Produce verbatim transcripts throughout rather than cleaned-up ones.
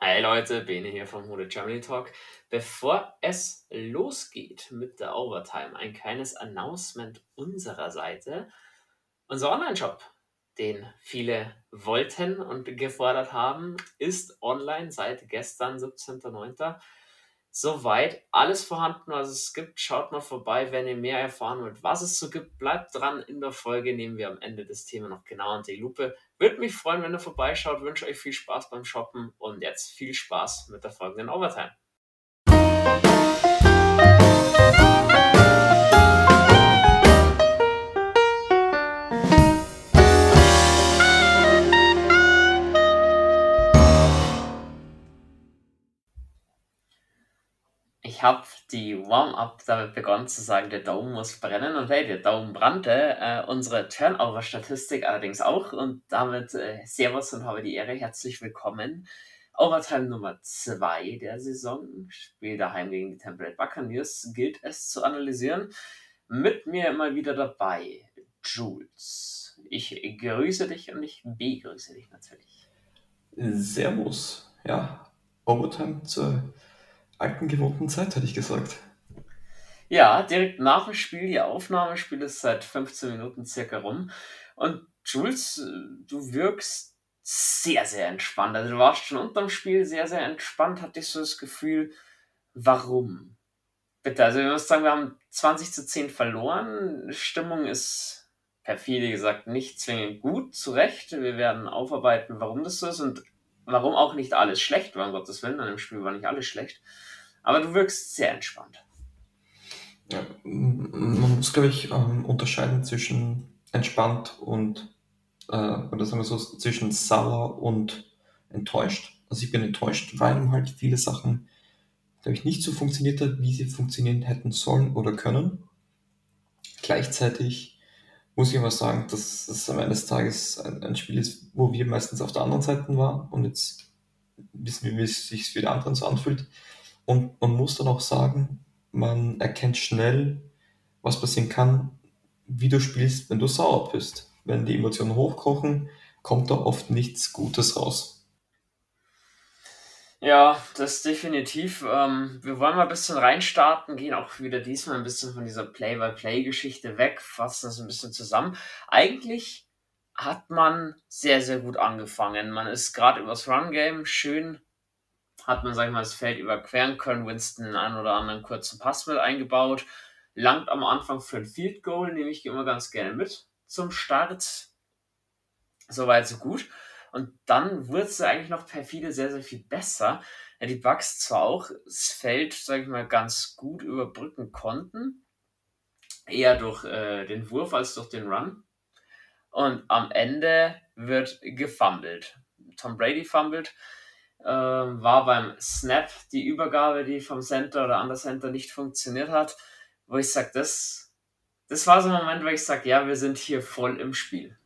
Hi Leute, Bene hier vom Hode Germany Talk. Bevor es losgeht mit der Overtime, ein kleines Announcement unserer Seite. Unser Online-Shop, den viele wollten und gefordert haben, ist online seit gestern, siebzehnter neunter Soweit alles vorhanden, was es gibt. Schaut mal vorbei, wenn ihr mehr erfahren wollt, was es so gibt. Bleibt dran, in der Folge nehmen wir am Ende das Thema noch genau unter die Lupe. Würde mich freuen, wenn ihr vorbeischaut. Wünsche euch viel Spaß beim Shoppen und jetzt viel Spaß mit der folgenden Overtime. Ich habe die Warm-Up damit begonnen zu sagen, der Daumen muss brennen und hey, der Daumen brannte. Äh, unsere Turnover-Statistik allerdings auch und damit äh, Servus und habe die Ehre, herzlich willkommen. Overtime Nummer zwei der Saison, Spiel daheim gegen die Tampa Bay Buccaneers, gilt es zu analysieren. Mit mir immer wieder dabei, Jules. Ich grüße dich und ich begrüße dich natürlich. Servus. Ja, Overtime zur alten gewohnten Zeit, hätte ich gesagt. Ja, direkt nach dem Spiel, die Aufnahme, Spiel ist seit fünfzehn Minuten circa rum. Und Jules, äh, du wirkst sehr, sehr entspannt. Also du warst schon unterm Spiel sehr, sehr entspannt, hatte ich so das Gefühl, warum? Bitte, also ich muss sagen, wir haben zwanzig zu zehn verloren. Stimmung ist perfide gesagt nicht zwingend gut, zu Recht. Wir werden aufarbeiten, warum das so ist und warum auch nicht alles schlecht war, um Gottes Willen. An dem Spiel war nicht alles schlecht. Aber du wirkst sehr entspannt. Ja, m- man muss, glaube ich, ähm, unterscheiden zwischen entspannt und, äh, oder sagen wir so, zwischen sauer und enttäuscht. Also ich bin enttäuscht, weil halt viele Sachen, glaube ich, nicht so funktioniert hat, wie sie funktionieren hätten sollen oder können. Gleichzeitig muss ich aber sagen, dass es am Ende des Tages ein, ein Spiel ist, wo wir meistens auf der anderen Seite waren und jetzt wissen wir, wie es sich für die anderen so anfühlt. Und man muss dann auch sagen, man erkennt schnell, was passieren kann, wie du spielst, wenn du sauer bist. Wenn die Emotionen hochkochen, kommt da oft nichts Gutes raus. Ja, das definitiv. Ähm, wir wollen mal ein bisschen reinstarten, gehen auch wieder diesmal ein bisschen von dieser Play-by-Play-Geschichte weg, fassen das ein bisschen zusammen. Eigentlich hat man sehr, sehr gut angefangen. Man ist gerade übers Run-Game schön, hat man, sag ich mal, das Feld überqueren können, Winston den einen oder anderen kurzen Pass mit eingebaut, langt am Anfang für ein Field Goal, nehme ich immer ganz gerne mit zum Start. Soweit, so gut. Und dann wurde es eigentlich noch perfide sehr, sehr viel besser. Ja, die Bucks zwar auch das Feld, sage ich mal, ganz gut überbrücken konnten, eher durch äh, den Wurf als durch den Run. Und am Ende wird gefummelt. Tom Brady fummelt, äh, war beim Snap die Übergabe, die vom Center oder Under Center nicht funktioniert hat, wo ich sage, das, das war so ein Moment, wo ich sage, ja, wir sind hier voll im Spiel.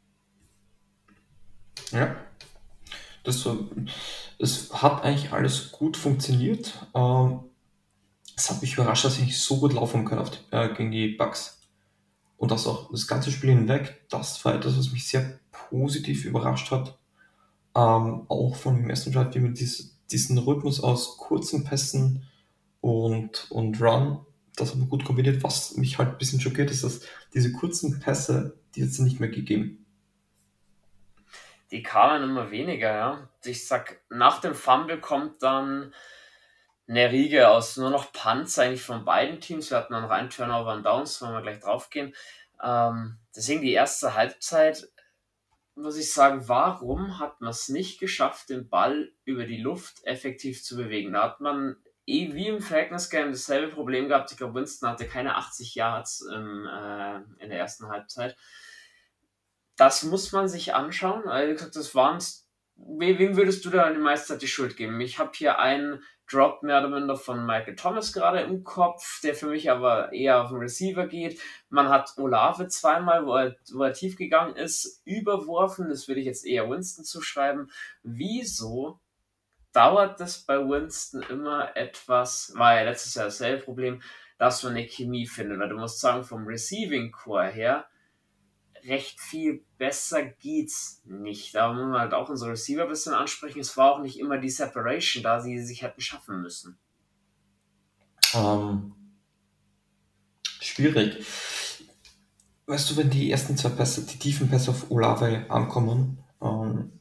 Ja, das so, es hat eigentlich alles gut funktioniert. Ähm, es hat mich überrascht, dass ich so gut laufen kann auf die, äh, gegen die Bucks. Und das auch das ganze Spiel hinweg. Das war etwas, was mich sehr positiv überrascht hat. Ähm, auch von dem ersten Drive, wie man dies, diesen Rhythmus aus kurzen Pässen und, und Run, das hat man gut kombiniert. Was mich halt ein bisschen schockiert, ist, dass diese kurzen Pässe, die jetzt nicht mehr gegeben. Die kamen immer weniger, ja. Ich sag, nach dem Fumble kommt dann eine Riege aus nur noch Punts eigentlich von beiden Teams. Wir hatten dann noch einen Turnover und Downs, wollen wir gleich draufgehen. Ähm, deswegen die erste Halbzeit, muss ich sagen, warum hat man es nicht geschafft, den Ball über die Luft effektiv zu bewegen? Da hat man eh wie im Falcons-Game dasselbe Problem gehabt. Ich glaube, Winston hatte keine achtzig Yards im, äh, in der ersten Halbzeit. Das muss man sich anschauen. Also, wie gesagt, das waren's. We wem würdest du da die meiste Zeit die Schuld geben? Ich habe hier einen Drop mehr oder minder von Michael Thomas gerade im Kopf, der für mich aber eher auf den Receiver geht. Man hat Olave zweimal, wo er, wo er tief gegangen ist, überworfen. Das würde ich jetzt eher Winston zuschreiben. Wieso dauert das bei Winston immer etwas, war ja letztes Jahr dasselbe Problem, dass man eine Chemie findet? Weil du musst sagen, vom Receiving Core her, recht viel besser geht's nicht. Da muss man halt auch unsere Receiver ein bisschen ansprechen. Es war auch nicht immer die Separation da, die sie sich hätten schaffen müssen. Ähm, schwierig. Weißt du, wenn die ersten zwei Pässe, die tiefen Pässe auf Olave ankommen, ähm,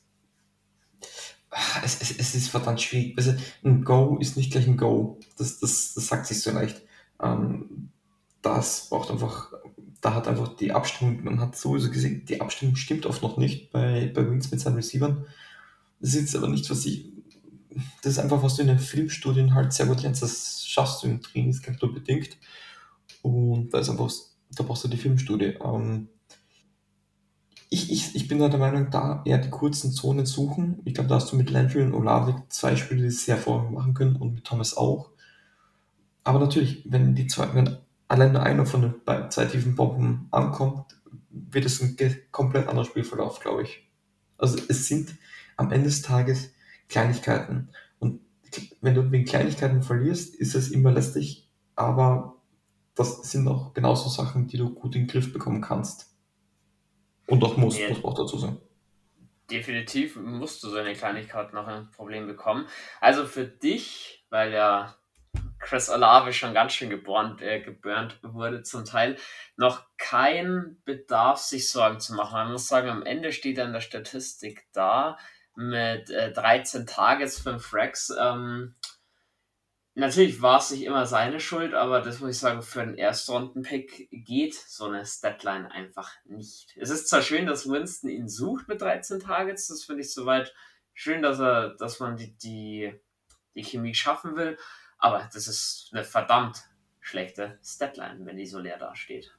es, es, es ist verdammt schwierig. Also ein Go ist nicht gleich ein Go. Das, das, das sagt sich so leicht. Ähm, das braucht einfach, da hat einfach die Abstimmung, man hat sowieso gesehen, die Abstimmung stimmt oft noch nicht bei, bei Wings mit seinen Receivern. Das ist jetzt aber nicht, was ich, das ist einfach, was du in den Filmstudien halt sehr gut lernst. Das schaffst du im Trainingscamp nur bedingt. Und da ist einfach, da brauchst du die Filmstudie. Ähm, ich, ich, ich bin da der Meinung, da eher die kurzen Zonen suchen. Ich glaube, da hast du mit Landry und Olave zwei Spieler, die es sehr hervorragend machen können und mit Thomas auch. Aber natürlich, wenn die zwei, wenn allein nur einer von den beiden zwei tiefen Bomben ankommt, wird es ein ge- komplett anderer Spielverlauf, glaube ich. Also es sind am Ende des Tages Kleinigkeiten. Und wenn du wegen Kleinigkeiten verlierst, ist es immer lästig, aber das sind auch genauso Sachen, die du gut in den Griff bekommen kannst. Und auch musst, Nee, muss man auch dazu sagen. definitiv musst du so eine Kleinigkeit noch ein Problem bekommen. Also für dich, weil ja Chris Olave schon ganz schön gebornt, äh, geburnt wurde zum Teil, noch kein Bedarf, sich Sorgen zu machen. Man muss sagen, am Ende steht er in der Statistik da mit äh, dreizehn Targets, fünf Racks. Ähm, natürlich war es nicht immer seine Schuld, aber das muss ich sagen, für einen Erstrunden-Pick geht so eine Statline einfach nicht. Es ist zwar schön, dass Winston ihn sucht mit dreizehn Targets, das finde ich soweit schön, dass er, dass man die, die, die Chemie schaffen will, aber das ist eine verdammt schlechte Statline, wenn die so leer dasteht.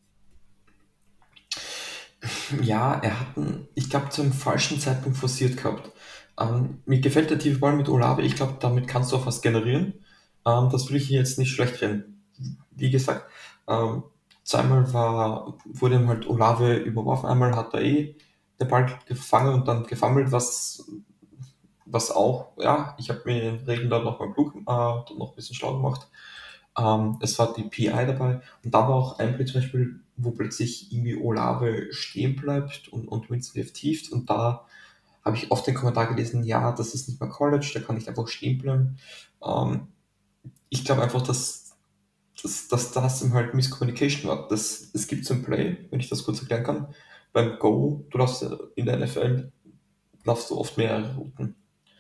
Ja, er hat einen, ich glaube, zum falschen Zeitpunkt forciert gehabt. Ähm, mir gefällt der tiefe Ball mit Olave. Ich glaube, damit kannst du auch was generieren. Ähm, das will ich hier jetzt nicht schlecht reden. Wie gesagt, ähm, zweimal war, wurde ihm halt Olave überworfen. Einmal hat er eh den Ball gefangen und dann gefummelt, was, was auch, ja, ich habe mir den Regen da nochmal klug, äh, noch ein bisschen schlau gemacht. Ähm, es war die P I dabei und da war auch ein Play zum Beispiel, wo plötzlich irgendwie Olave stehen bleibt und, und Winston wirft tief und da habe ich oft den Kommentar gelesen, ja, das ist nicht mehr College, der kann nicht einfach stehen bleiben. Ähm, ich glaube einfach, dass, dass, dass das ihm halt Miscommunication war. Das, es gibt so ein Play, wenn ich das kurz erklären kann, beim Go, du laufst ja in der N F L, laufst du oft mehrere Routen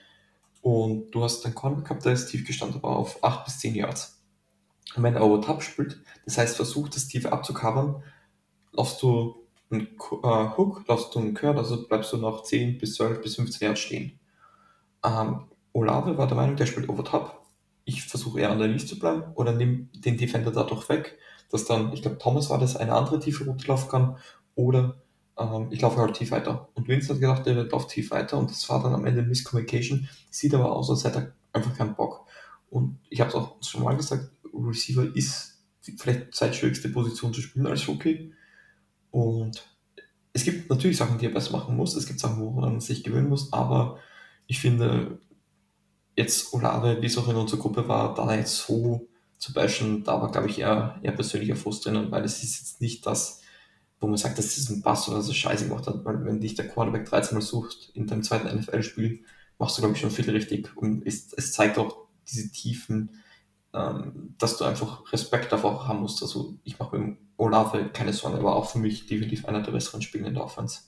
und du hast einen Corner gehabt, der ist tief gestanden, aber auf acht bis zehn Yards. Und wenn er over top spielt, das heißt, versucht das Tiefe abzucovern, laufst du einen äh, Hook, laufst du einen Curl, also bleibst du noch zehn bis zwölf bis fünfzehn Yards stehen. Ähm, Olave war der Meinung, der spielt over top. Ich versuche eher an der Lease zu bleiben oder nehme den Defender dadurch weg, dass dann, ich glaube, Thomas war das, eine andere tiefe Route laufen kann oder ähm, ich laufe halt tief weiter. Und Vince hat gedacht, der läuft tief weiter und das war dann am Ende Miscommunication. Sieht aber aus, als hätte er einfach keinen Bock. Und ich habe es auch schon mal gesagt, Receiver ist vielleicht die zweitschwierigste Position zu spielen als Rookie. Und es gibt natürlich Sachen, die er besser machen muss. Es gibt Sachen, woran man sich gewöhnen muss. Aber ich finde, jetzt Olave, wie es auch in unserer Gruppe war, da jetzt so zu bashen, da war, glaube ich, eher, eher persönlicher Frust drinnen, weil es ist jetzt nicht das, wo man sagt, das ist ein Pass oder so Scheiße gemacht hat. Weil wenn dich der Quarterback dreizehn Mal sucht in deinem zweiten N F L-Spiel, machst du, glaube ich, schon viel richtig. Und es, es zeigt auch diese Tiefen, ähm, dass du einfach Respekt davor haben musst. Also ich mache mir Olave keine Sorgen, er war auch für mich definitiv einer der besseren Spieler in der Offense.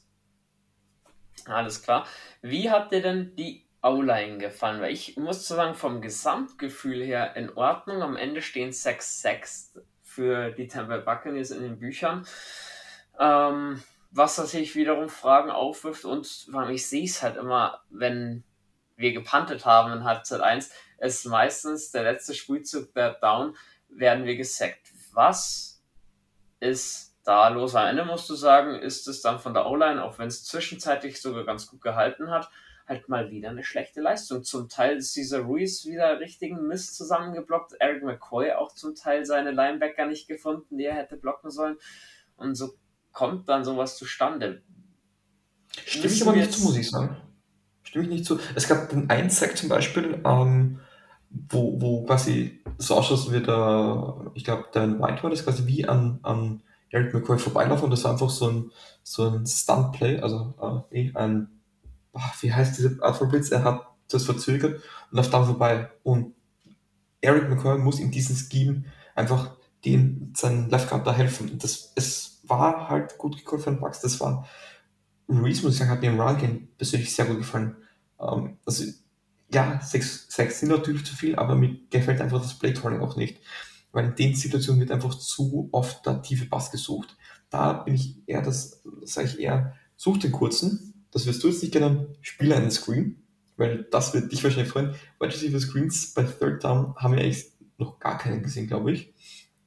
Alles klar. Wie hat dir denn die O-Line gefallen? Weil ich muss sagen, vom Gesamtgefühl her in Ordnung. Am Ende stehen sechs sechs für die Tampa Bay Buccaneers in den Büchern. Ähm, was natürlich wiederum Fragen aufwirft und weil ich sehe es halt immer, wenn wir gepuntet haben in Halbzeit eins, ist meistens der letzte Spielzug der Down, werden wir gesackt. Was ist da los? Am Ende musst du sagen, ist es dann von der O-Line, auch wenn es zwischenzeitlich sogar ganz gut gehalten hat, halt mal wieder eine schlechte Leistung. Zum Teil ist dieser Ruiz wieder richtigen Mist zusammengeblockt. Eric McCoy auch zum Teil seine Linebacker nicht gefunden, die er hätte blocken sollen. Und so kommt dann sowas zustande. Stimme ich Müssen aber wir nicht zu, muss jetzt. ich sagen. Stimme ich nicht zu. Es gab den einen Sack zum Beispiel, ähm, wo, wo, quasi so ausschaut wie der, ich glaube, der White war das quasi wie an, an Eric McCoy vorbeilaufen und das war einfach so ein, so ein Stunt-Play, also äh, eh ein, ah, wie heißt diese Art von Blitz? Er hat das verzögert und läuft dann vorbei. Und Eric McCoy muss in diesem Scheme einfach den, seinen Left Guard da helfen. Und das, es war halt gut gekommen von den Bucks. Das war, Reese, muss ich sagen, hat mir im Run Game persönlich sehr gut gefallen. Ähm, also, ja, sechs, sechs sind natürlich zu viel, aber mir gefällt einfach das Play Calling auch nicht. Weil in den Situationen wird einfach zu oft der tiefe Pass gesucht. Da bin ich eher, das sage ich eher, such den kurzen, das wirst du jetzt nicht gerne, spiele einen Screen, weil das wird dich wahrscheinlich freuen. Wide Receiver Screens bei Third Down haben wir eigentlich noch gar keinen gesehen, glaube ich.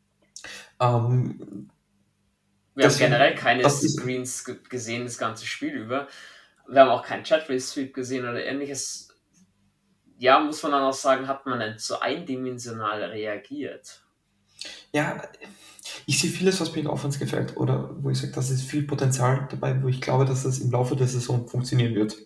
Ähm, Wir haben generell deswegen, keine das ist, Screens ge- gesehen, das ganze Spiel über. Wir haben auch keinen Chat-Sweep gesehen oder ähnliches. Ja, muss man dann auch sagen, hat man nicht so eindimensional reagiert. ja, ich sehe vieles, was mir in Offense gefällt, oder wo ich sage, das ist viel Potenzial dabei, wo ich glaube, dass das im Laufe der Saison funktionieren wird.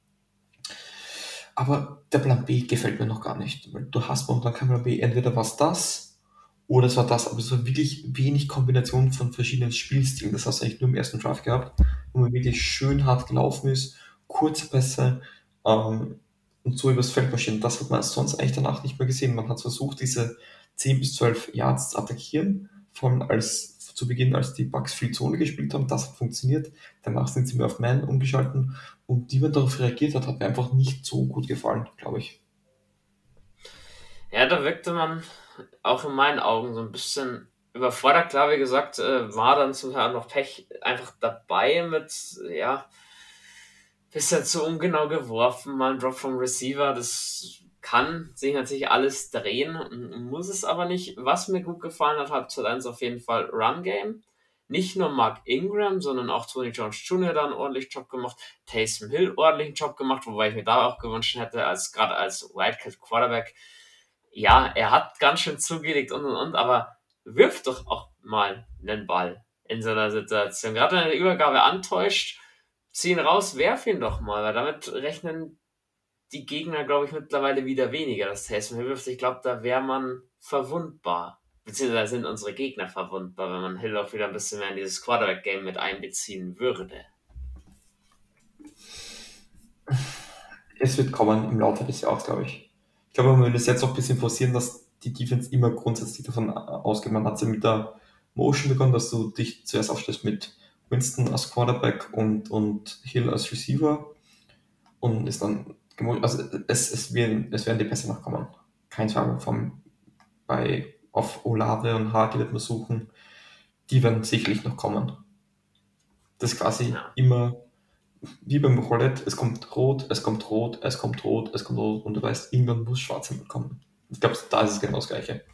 Aber der Plan B gefällt mir noch gar nicht, weil du hast momentan kein Plan B. Entweder war es das oder es war das, aber es war wirklich wenig Kombination von verschiedenen Spielstilen. Das hast du eigentlich nur im ersten Draft gehabt, wo man wirklich schön hart gelaufen ist, kurze Pässe ähm, und so übers Feld marschieren. Das hat man sonst eigentlich danach nicht mehr gesehen. Man hat versucht, diese zehn bis zwölf Yards zu attackieren, vor allem als zu Beginn, als die Bucks viel Zone gespielt haben, das hat funktioniert. Danach sind sie mehr auf Man umgeschalten und wie man darauf reagiert hat, hat mir einfach nicht so gut gefallen, glaube ich. Ja, da wirkte man auch in meinen Augen so ein bisschen überfordert. Klar, wie gesagt, äh, war dann zum Teil auch noch Pech einfach dabei mit, ja, bisschen zu ungenau geworfen, mal ein Drop vom Receiver. Das kann sich natürlich alles drehen, m- muss es aber nicht. Was mir gut gefallen hat, hat Teil eins auf jeden Fall Run Game. Nicht nur Mark Ingram, sondern auch Tony Jones Junior da einen ordentlichen Job gemacht, Taysom Hill ordentlichen Job gemacht, wobei ich mir da auch gewünscht hätte, als gerade als Wildcat Quarterback. Ja, er hat ganz schön zugelegt und und und, aber wirft doch auch mal einen Ball in so einer Situation. Gerade wenn er eine Übergabe antäuscht, zieh ihn raus, werf ihn doch mal, weil damit rechnen die Gegner, glaube ich, mittlerweile wieder weniger, dass Taysom Hill wirft. Ich glaube, da wäre man verwundbar. Beziehungsweise sind unsere Gegner verwundbar, wenn man Hill auch wieder ein bisschen mehr in dieses Quarterback-Game mit einbeziehen würde. Es wird kommen im Laufe des Jahres, glaube ich. Ich glaube, man will das jetzt auch ein bisschen forcieren, dass die Defense immer grundsätzlich davon ausgeht. Man hat ja mit der Motion begonnen, dass du dich zuerst aufstellst mit Winston als Quarterback und, und Hill als Receiver und ist dann, gemo- also es, es, werden, es werden die Pässe noch kommen. Kein Frage vom, bei, auf Olave und Hardy wird man suchen. Die werden sicherlich noch kommen. Das ist quasi Ja. immer wie beim Roulette, es kommt rot, es kommt rot, es kommt rot, es kommt rot und du weißt, irgendwann muss schwarz kommen. Ich glaube, da ist es genau das Gleiche.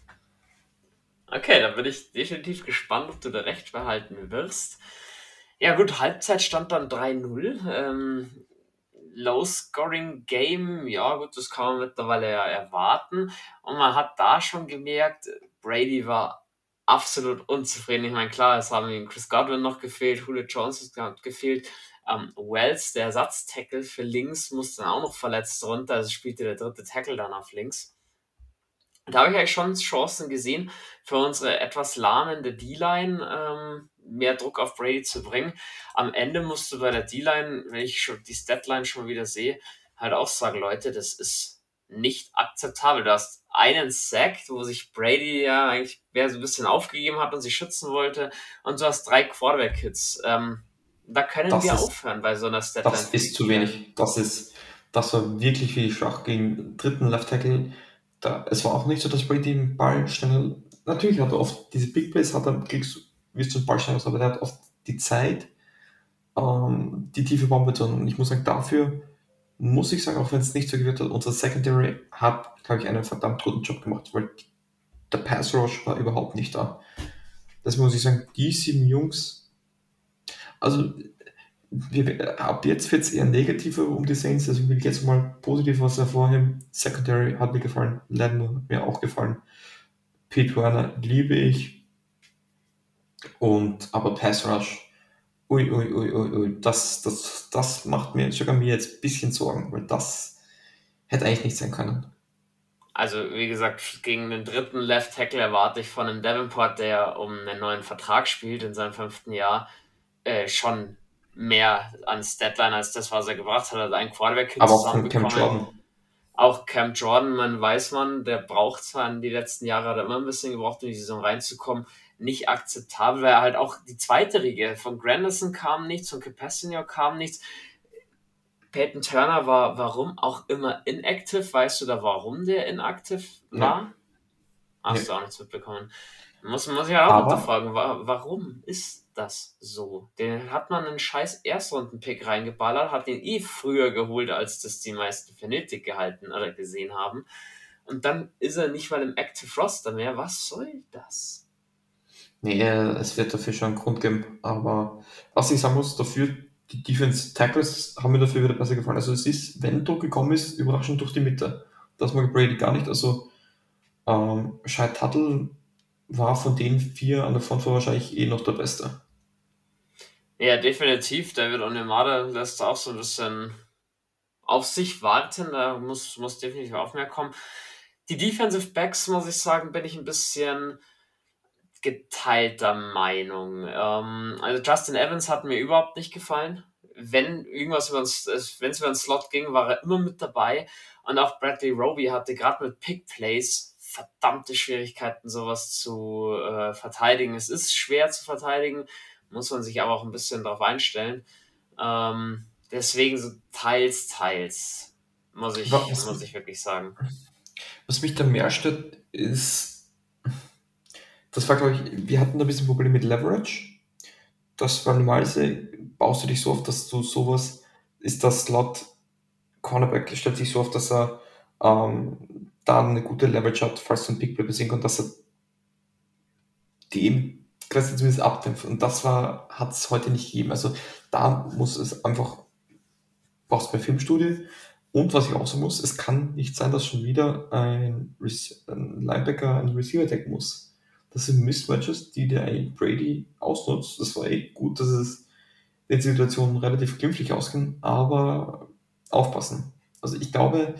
Okay, dann bin ich definitiv gespannt, ob du da recht behalten wirst. Ja gut, Halbzeit stand dann drei null. Ähm, Low-Scoring-Game, ja gut, das kann man mittlerweile ja erwarten. Und man hat da schon gemerkt, Brady war absolut unzufrieden. Ich meine, klar, es haben ihm Chris Godwin noch gefehlt, Julio Jones hat gefehlt. Ähm, Wells, der Ersatztackle für links, musste dann auch noch verletzt runter, also spielte der dritte Tackle dann auf links. Da habe ich eigentlich schon Chancen gesehen, für unsere etwas lahmende D-Line ähm, mehr Druck auf Brady zu bringen. Am Ende musst du bei der D-Line, wenn ich schon die Statline schon wieder sehe, halt auch sagen, Leute, das ist nicht akzeptabel. Du hast einen Sack, wo sich Brady ja eigentlich mehr so ein bisschen aufgegeben hat und sich schützen wollte, und du hast drei Quarterback-Hits. Ähm, da können Das wir ist, aufhören bei so einer Statline das für die ist zu D-Line. wenig. Das ist, das war wirklich viel schwach gegen den dritten Left Tackle. Da, es war auch nicht so, dass Brady den Ball schnell, natürlich hat er oft diese Big Plays, hat er, kriegst, du- wirst du den Ball schnell aus, aber der hat oft die Zeit, ähm, die tiefe Bombe zu hauen. Und ich muss sagen, dafür muss ich sagen, auch wenn es nicht so gewirkt hat, unser Secondary hat, glaube ich, einen verdammt guten Job gemacht, weil der Pass Rush war überhaupt nicht da. Das muss ich sagen, die sieben Jungs, also wir, ab jetzt wird es eher negativer um die Saints, also will ich jetzt mal positiv was hervorheben. Secondary hat mir gefallen, Lambo hat mir auch gefallen. Pete Werner liebe ich, und aber Pass Rush, ui, ui, ui, ui, ui, das, das, das macht mir sogar mir jetzt ein bisschen Sorgen, weil das hätte eigentlich nicht sein können. Also, wie gesagt, gegen den dritten Left Tackle erwarte ich von einem Davenport, der um einen neuen Vertrag spielt in seinem fünften Jahr, äh, schon mehr an Statline als das, was er gebracht hat. Er hat einen Quarterback-Hit Aber auch von Cam zusammenbekommen. Jordan. Auch Cam Jordan, man weiß man, der braucht zwar in die letzten Jahre, hat er immer ein bisschen gebraucht, um in die Saison reinzukommen, nicht akzeptabel, weil halt auch die zweite Riege von Granderson kam nichts, von Capassigno kam nichts. Peyton Turner war warum auch immer inactive. Weißt du da, warum der inactive war? Nee, Hast du nee. auch nichts mitbekommen. Muss, muss ich halt auch Aber, hinterfragen, wa warum ist das so? Den hat man einen scheiß Erstrunden-Pick reingeballert, hat ihn eh früher geholt, als das die meisten für nötig gehalten oder gesehen haben. Und dann ist er nicht mal im Active Roster mehr. Was soll das? nee, es wird dafür schon einen Grund geben. Aber was ich sagen muss, dafür, die Defense Tackles haben mir dafür wieder besser gefallen. Also es ist, wenn Druck gekommen ist, überraschend durch die Mitte. Das mag Brady gar nicht. Also ähm, Shai Tuttle war von den vier an der Front war wahrscheinlich eh noch der Beste. Ja, definitiv. David Onyemata lässt auch so ein bisschen auf sich warten. Da muss, muss definitiv auch mehr kommen. Die Defensive Backs, muss ich sagen, bin ich ein bisschen geteilter Meinung. Ähm, also Justin Evans hat mir überhaupt nicht gefallen. Wenn irgendwas über wenn es über den Slot ging, war er immer mit dabei. Und auch Bradley Roby hatte gerade mit Pick Plays verdammte Schwierigkeiten, sowas zu äh, verteidigen. Es ist schwer zu verteidigen, muss man sich aber auch ein bisschen darauf einstellen. Ähm, deswegen so teils, teils, muss ich, Was, muss ich wirklich sagen. was mich da mehr stört, ist, das war, glaube ich, wir hatten da ein bisschen Probleme mit Leverage. Das war normalerweise, baust du dich so auf, dass du sowas, ist das Slot Cornerback stellt sich so auf, dass er ähm, da eine gute Leverage hat, falls du einen Pickplay besiegen kann, dass er die eben quasi zumindest abdämpft. Und das war, hat es heute nicht gegeben. Also da muss es einfach, brauchst du eine Filmstudie. Und was ich auch sagen muss, es kann nicht sein, dass schon wieder ein, Rece- ein Linebacker einen Receiver decken muss. Das sind Mismatches, die der eigentlich Brady ausnutzt. Das war eh gut, dass es in Situationen relativ glimpflich ausging, aber aufpassen. Also ich glaube,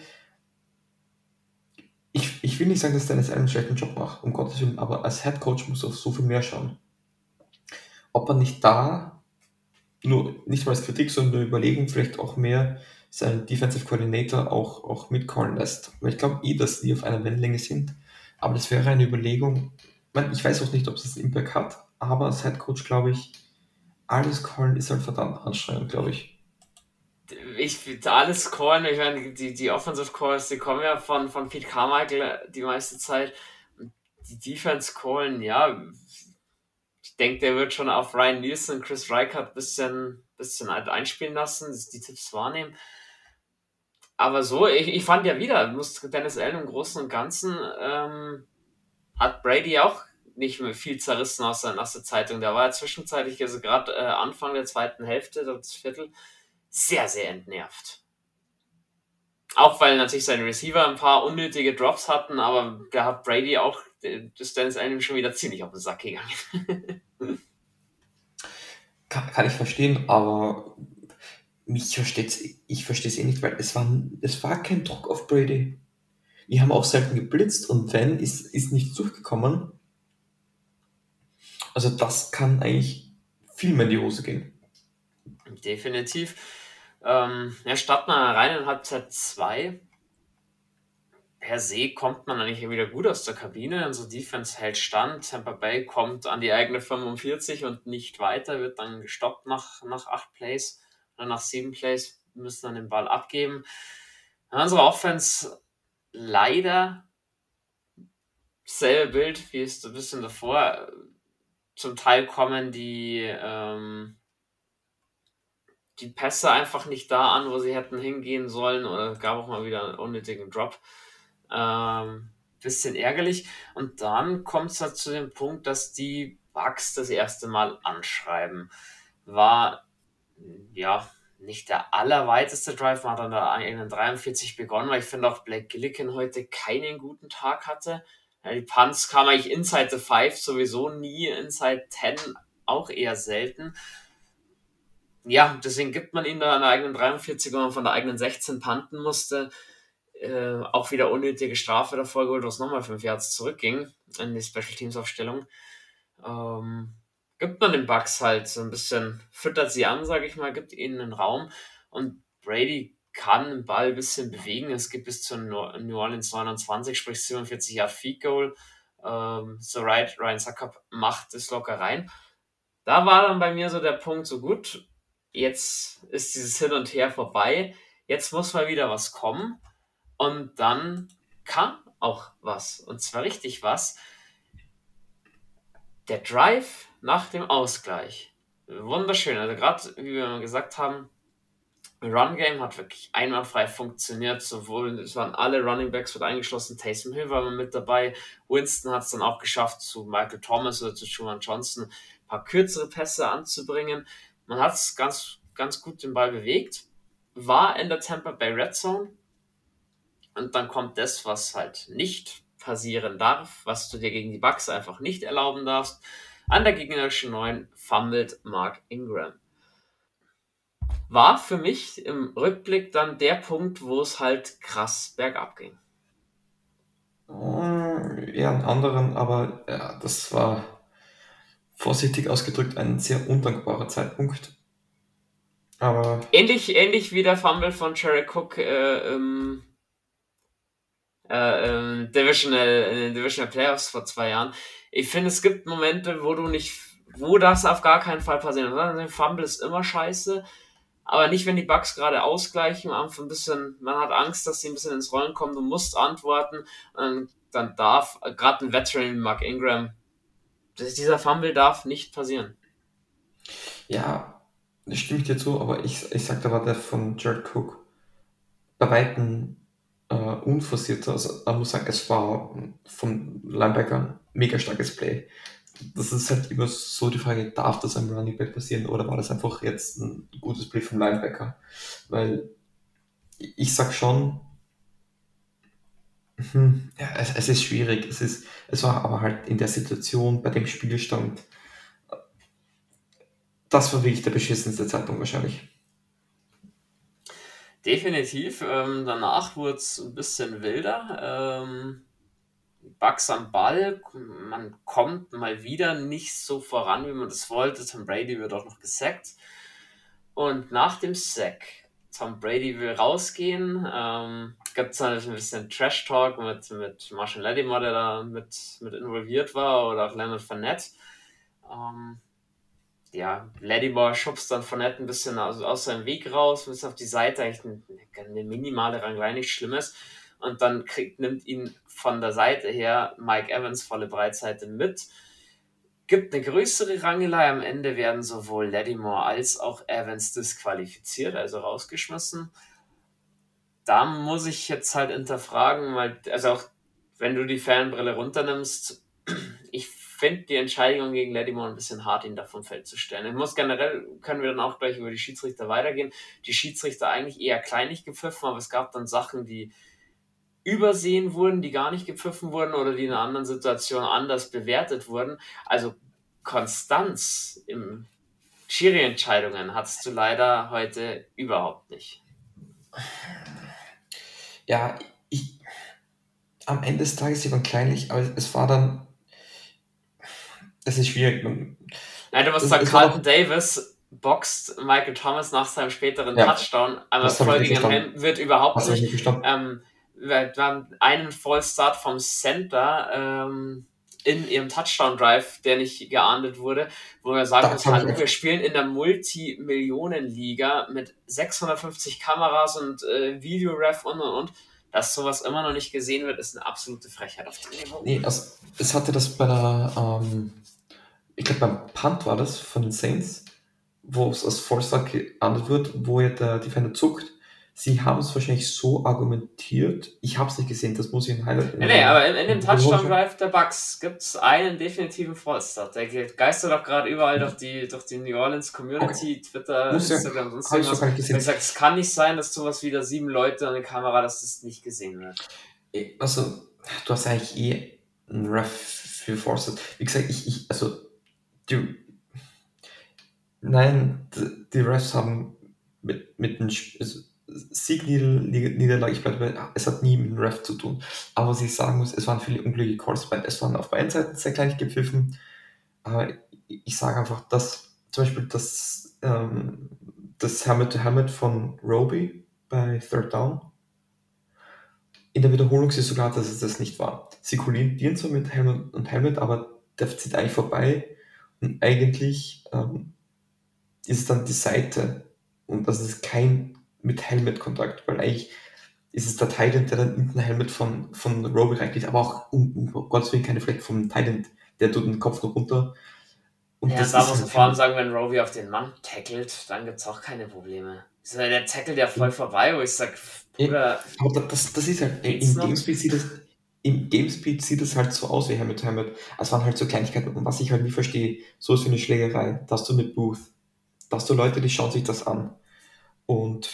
ich, ich will nicht sagen, dass Dennis Allen einen schlechten Job macht, um Gottes Willen, aber als Head Coach muss er auf so viel mehr schauen. Ob er nicht da, nur nicht mal als Kritik, sondern nur überlegen, vielleicht auch mehr seinen Defensive Coordinator auch, auch mitcallen lässt. Weil ich glaube eh, dass die auf einer Wellenlänge sind, aber das wäre eine Überlegung. Ich, meine, ich weiß auch nicht, ob es einen Impact hat, aber als Head Coach glaube ich, alles callen ist halt verdammt anstrengend, glaube ich. Ich will alles callen, ich meine, die, die Offensive Calls, die kommen ja von, von Pete Carmichael die meiste Zeit. Und die Defense callen, ja, ich denke, der wird schon auf Ryan Nielsen und Chris Reichert ein bisschen, bisschen halt einspielen lassen, die Tipps wahrnehmen. Aber so, ich, ich fand ja wieder, muss Dennis Allen im Großen und Ganzen ähm, hat Brady auch nicht mehr viel zerrissen aus der, aus der Zeitung. Der war ja zwischenzeitlich, also gerade äh, Anfang der zweiten Hälfte, das Viertel, sehr, sehr entnervt. Auch weil natürlich seine Receiver ein paar unnötige Drops hatten, aber da hat Brady auch das Dennis Allen schon wieder ziemlich auf den Sack gegangen. Kann, kann ich verstehen, aber mich versteht's, ich verstehe es eh nicht, weil es war, es war kein Druck auf Brady. Wir haben auch selten geblitzt und wenn, ist, ist nichts durchgekommen. Also das kann eigentlich viel mehr in die Hose gehen. Definitiv. Ähm, ja, startet man rein in Halbzeit zwei. Per se kommt man eigentlich wieder gut aus der Kabine. Unsere Defense hält stand. Tampa Bay kommt an die eigene fünfundvierzig und nicht weiter, wird dann gestoppt nach, nach acht Plays oder nach sieben Plays, müssen dann den Ball abgeben. Ja, unsere Offense leider selbe Bild wie es ein bisschen davor. Zum Teil kommen die, ähm, die Pässe einfach nicht da an, wo sie hätten hingehen sollen, oder es gab auch mal wieder einen unnötigen Drop. Ähm, bisschen ärgerlich. Und dann kommt es halt zu dem Punkt, dass die Bugs das erste Mal anschreiben. War, ja, nicht der allerweiteste Drive, man hat dann da in dreiundvierzig begonnen, weil ich finde auch Blake Gillikin heute keinen guten Tag hatte. Ja, die Punts kam eigentlich inside the five sowieso nie, inside ten auch eher selten. Ja, deswegen gibt man ihm da an der eigenen dreiundvierzig, wo man von der eigenen sechzehn punten musste. äh, auch wieder unnötige Strafe davor geholt, wo es nochmal fünf Yards zurückging in die Special Teams Aufstellung. Ähm, gibt man den Bucks halt so ein bisschen, füttert sie an, sage ich mal, gibt ihnen einen Raum und Brady kann den Ball ein bisschen bewegen. Es gibt bis zu New Orleans neunundzwanzig, sprich siebenundvierzig Yard Field Goal. Ähm, so right, Ryan Succop macht es locker rein. Da war dann bei mir so der Punkt, so gut, jetzt ist dieses Hin und Her vorbei, jetzt muss mal wieder was kommen und dann kam auch was und zwar richtig was. Der Drive nach dem Ausgleich, wunderschön, also gerade wie wir gesagt haben, Run Game hat wirklich einwandfrei funktioniert, sowohl es waren alle Running Backs mit eingeschlossen, Taysom Hill war mit dabei, Winston hat es dann auch geschafft, zu Michael Thomas oder zu Juwan Johnson ein paar kürzere Pässe anzubringen. Man hat es ganz, ganz gut den Ball bewegt, war in der Tampa Bay Red Zone und dann kommt das, was halt nicht passieren darf, was du dir gegen die Bucks einfach nicht erlauben darfst. An der gegnerischen neun fummelt Mark Ingram. War für mich im Rückblick dann der Punkt, wo es halt krass bergab ging. Eher einen anderen, aber ja, das war vorsichtig ausgedrückt ein sehr undankbarer Zeitpunkt. Aber ähnlich, ähnlich wie der Fumble von Jared Cook äh, im, äh, im Divisional, in den Divisional Playoffs vor zwei Jahren. Ich finde, es gibt Momente, wo du nicht, wo das auf gar keinen Fall passiert. Ein Fumble ist immer scheiße. Aber nicht, wenn die Bucks gerade ausgleichen, am Anfang ein bisschen, man hat Angst, dass sie ein bisschen ins Rollen kommen, du musst antworten, und dann darf, gerade ein Veteran wie Mark Ingram, dieser Fumble darf nicht passieren. Ja, das stimmt dir zu, aber ich, ich sag, da war der von Jared Cook bei Weitem äh, unforcierter. Also, man muss sagen, es war vom Linebacker ein mega starkes Play. Das ist halt immer so die Frage, darf das einem Running Back passieren oder war das einfach jetzt ein gutes Play vom Linebacker? Weil ich sag schon, hm, ja, es, es ist schwierig. Es, ist, es war aber halt in der Situation, bei dem Spielstand, das war wirklich der beschissenste Zeitpunkt wahrscheinlich. Definitiv. Ähm, danach wurde es ein bisschen wilder. Ähm, Bucks am Ball, man kommt mal wieder nicht so voran, wie man das wollte. Tom Brady wird auch noch gesackt. Und nach dem Sack, Tom Brady will rausgehen, ähm, gibt es dann ein bisschen Trash-Talk mit, mit Marshall Lattimore, der da mit, mit involviert war, oder auch Leonard Fournette. Ähm, ja, Lattimore schubst dann Fournette ein bisschen aus, aus seinem Weg raus, bis auf die Seite, eigentlich eine, eine minimale Rangelei, nichts Schlimmes. Und dann kriegt, nimmt ihn von der Seite her Mike Evans volle Breitseite mit. Gibt eine größere Rangelei. Am Ende werden sowohl Lattimore als auch Evans disqualifiziert, also rausgeschmissen. Da muss ich jetzt halt hinterfragen, weil, also auch wenn du die Fanbrille runternimmst, ich finde die Entscheidung gegen Lattimore ein bisschen hart, ihn da vom Feld zu stellen. Ich muss generell, können wir dann auch gleich über die Schiedsrichter weitergehen. Die Schiedsrichter eigentlich eher kleinlich gepfiffen, aber es gab dann Sachen, die übersehen wurden, die gar nicht gepfiffen wurden oder die in einer anderen Situation anders bewertet wurden. Also Konstanz im Schiri-Entscheidungen hattest du leider heute überhaupt nicht. Ja, ich, am Ende des Tages, sie waren kleinlich, aber es war dann, es ist schwierig. Nein, du musst Es- sagen, es war Carlton Davis boxt Michael Thomas nach seinem späteren Ja, Touchdown einmal das hab ich voll nicht gegen den verstanden. Helm, wird überhaupt Was habe ich nicht. nicht verstanden? Ähm, wir wir haben einen Vollstart vom Center ähm, in ihrem Touchdown-Drive, der nicht geahndet wurde, wo man sagen Das muss, habe ich hallo, wir einfach. spielen in der Multi-Millionen-Liga mit sechshundertfünfzig Kameras und äh, Videoref und und und. Dass sowas immer noch nicht gesehen wird, ist eine absolute Frechheit auf dem Niveau. Nee, also, es hatte das bei der, ähm, ich glaube beim Punt war das von den Saints, wo es als Fallstart geahndet wird, wo ja der Defender zuckt. Sie haben es wahrscheinlich so argumentiert. Ich habe es nicht gesehen, das muss ich in Highlight. Nee, nee, aber in, in dem in Wiederholung schauen. Touchdown-Drive der Bucks gibt es einen definitiven Fallstart. Der geht- geistert auch gerade überall durch die, durch die New Orleans Community, Twitter, Muss ja, Instagram, sonst habe ich so irgendwas. gar nicht Wie gesehen. gesagt, es kann nicht sein, dass sowas wieder sieben Leute an der Kamera, dass das nicht gesehen wird. Eh, Also, du hast eigentlich eh einen Ref für Fallstart. Wie gesagt, ich, ich also, die, nein, die, die Refs haben mit, mit den, Sp- also, Sieg, Nieder- Niederlage, ich bleibe dabei, es hat nie mit dem Ref zu tun. Aber was ich sagen muss, es waren viele unglückliche Calls, bei- es waren auf beiden Seiten sehr gleich gepfiffen. Aber ich sage einfach, dass zum Beispiel das, ähm, das Helmet-to-Helmet von Roby bei Third Down, in der Wiederholung ist sogar, dass es das nicht war. Sie kollidieren zwar mit Helmet und Helmet, aber der zieht eigentlich vorbei und eigentlich ähm, ist es dann die Seite und das ist kein mit Helmet-Kontakt, weil eigentlich ist es der Titan, der dann in den Helmet von, von Roby reingeht, aber auch um, um Gottes Willen keine Fleck vom Titan, der tut den Kopf noch runter und Ja, und das da ist muss man halt vor allem Helmet. sagen, wenn Roby auf den Mann tackelt, dann gibt es auch keine Probleme. So, der tackelt ja voll vorbei, wo ich sag, Eh, Bruder, aber da- das, das ist halt, geht's im noch? Gamespeed sieht das, im Gamespeed sieht es halt so aus wie Helmet to Helmet. Es waren halt so Kleinigkeiten. Und was ich halt nie verstehe, so ist wie eine Schlägerei, da hast du eine Booth, da hast du Leute, die schauen sich das an. Und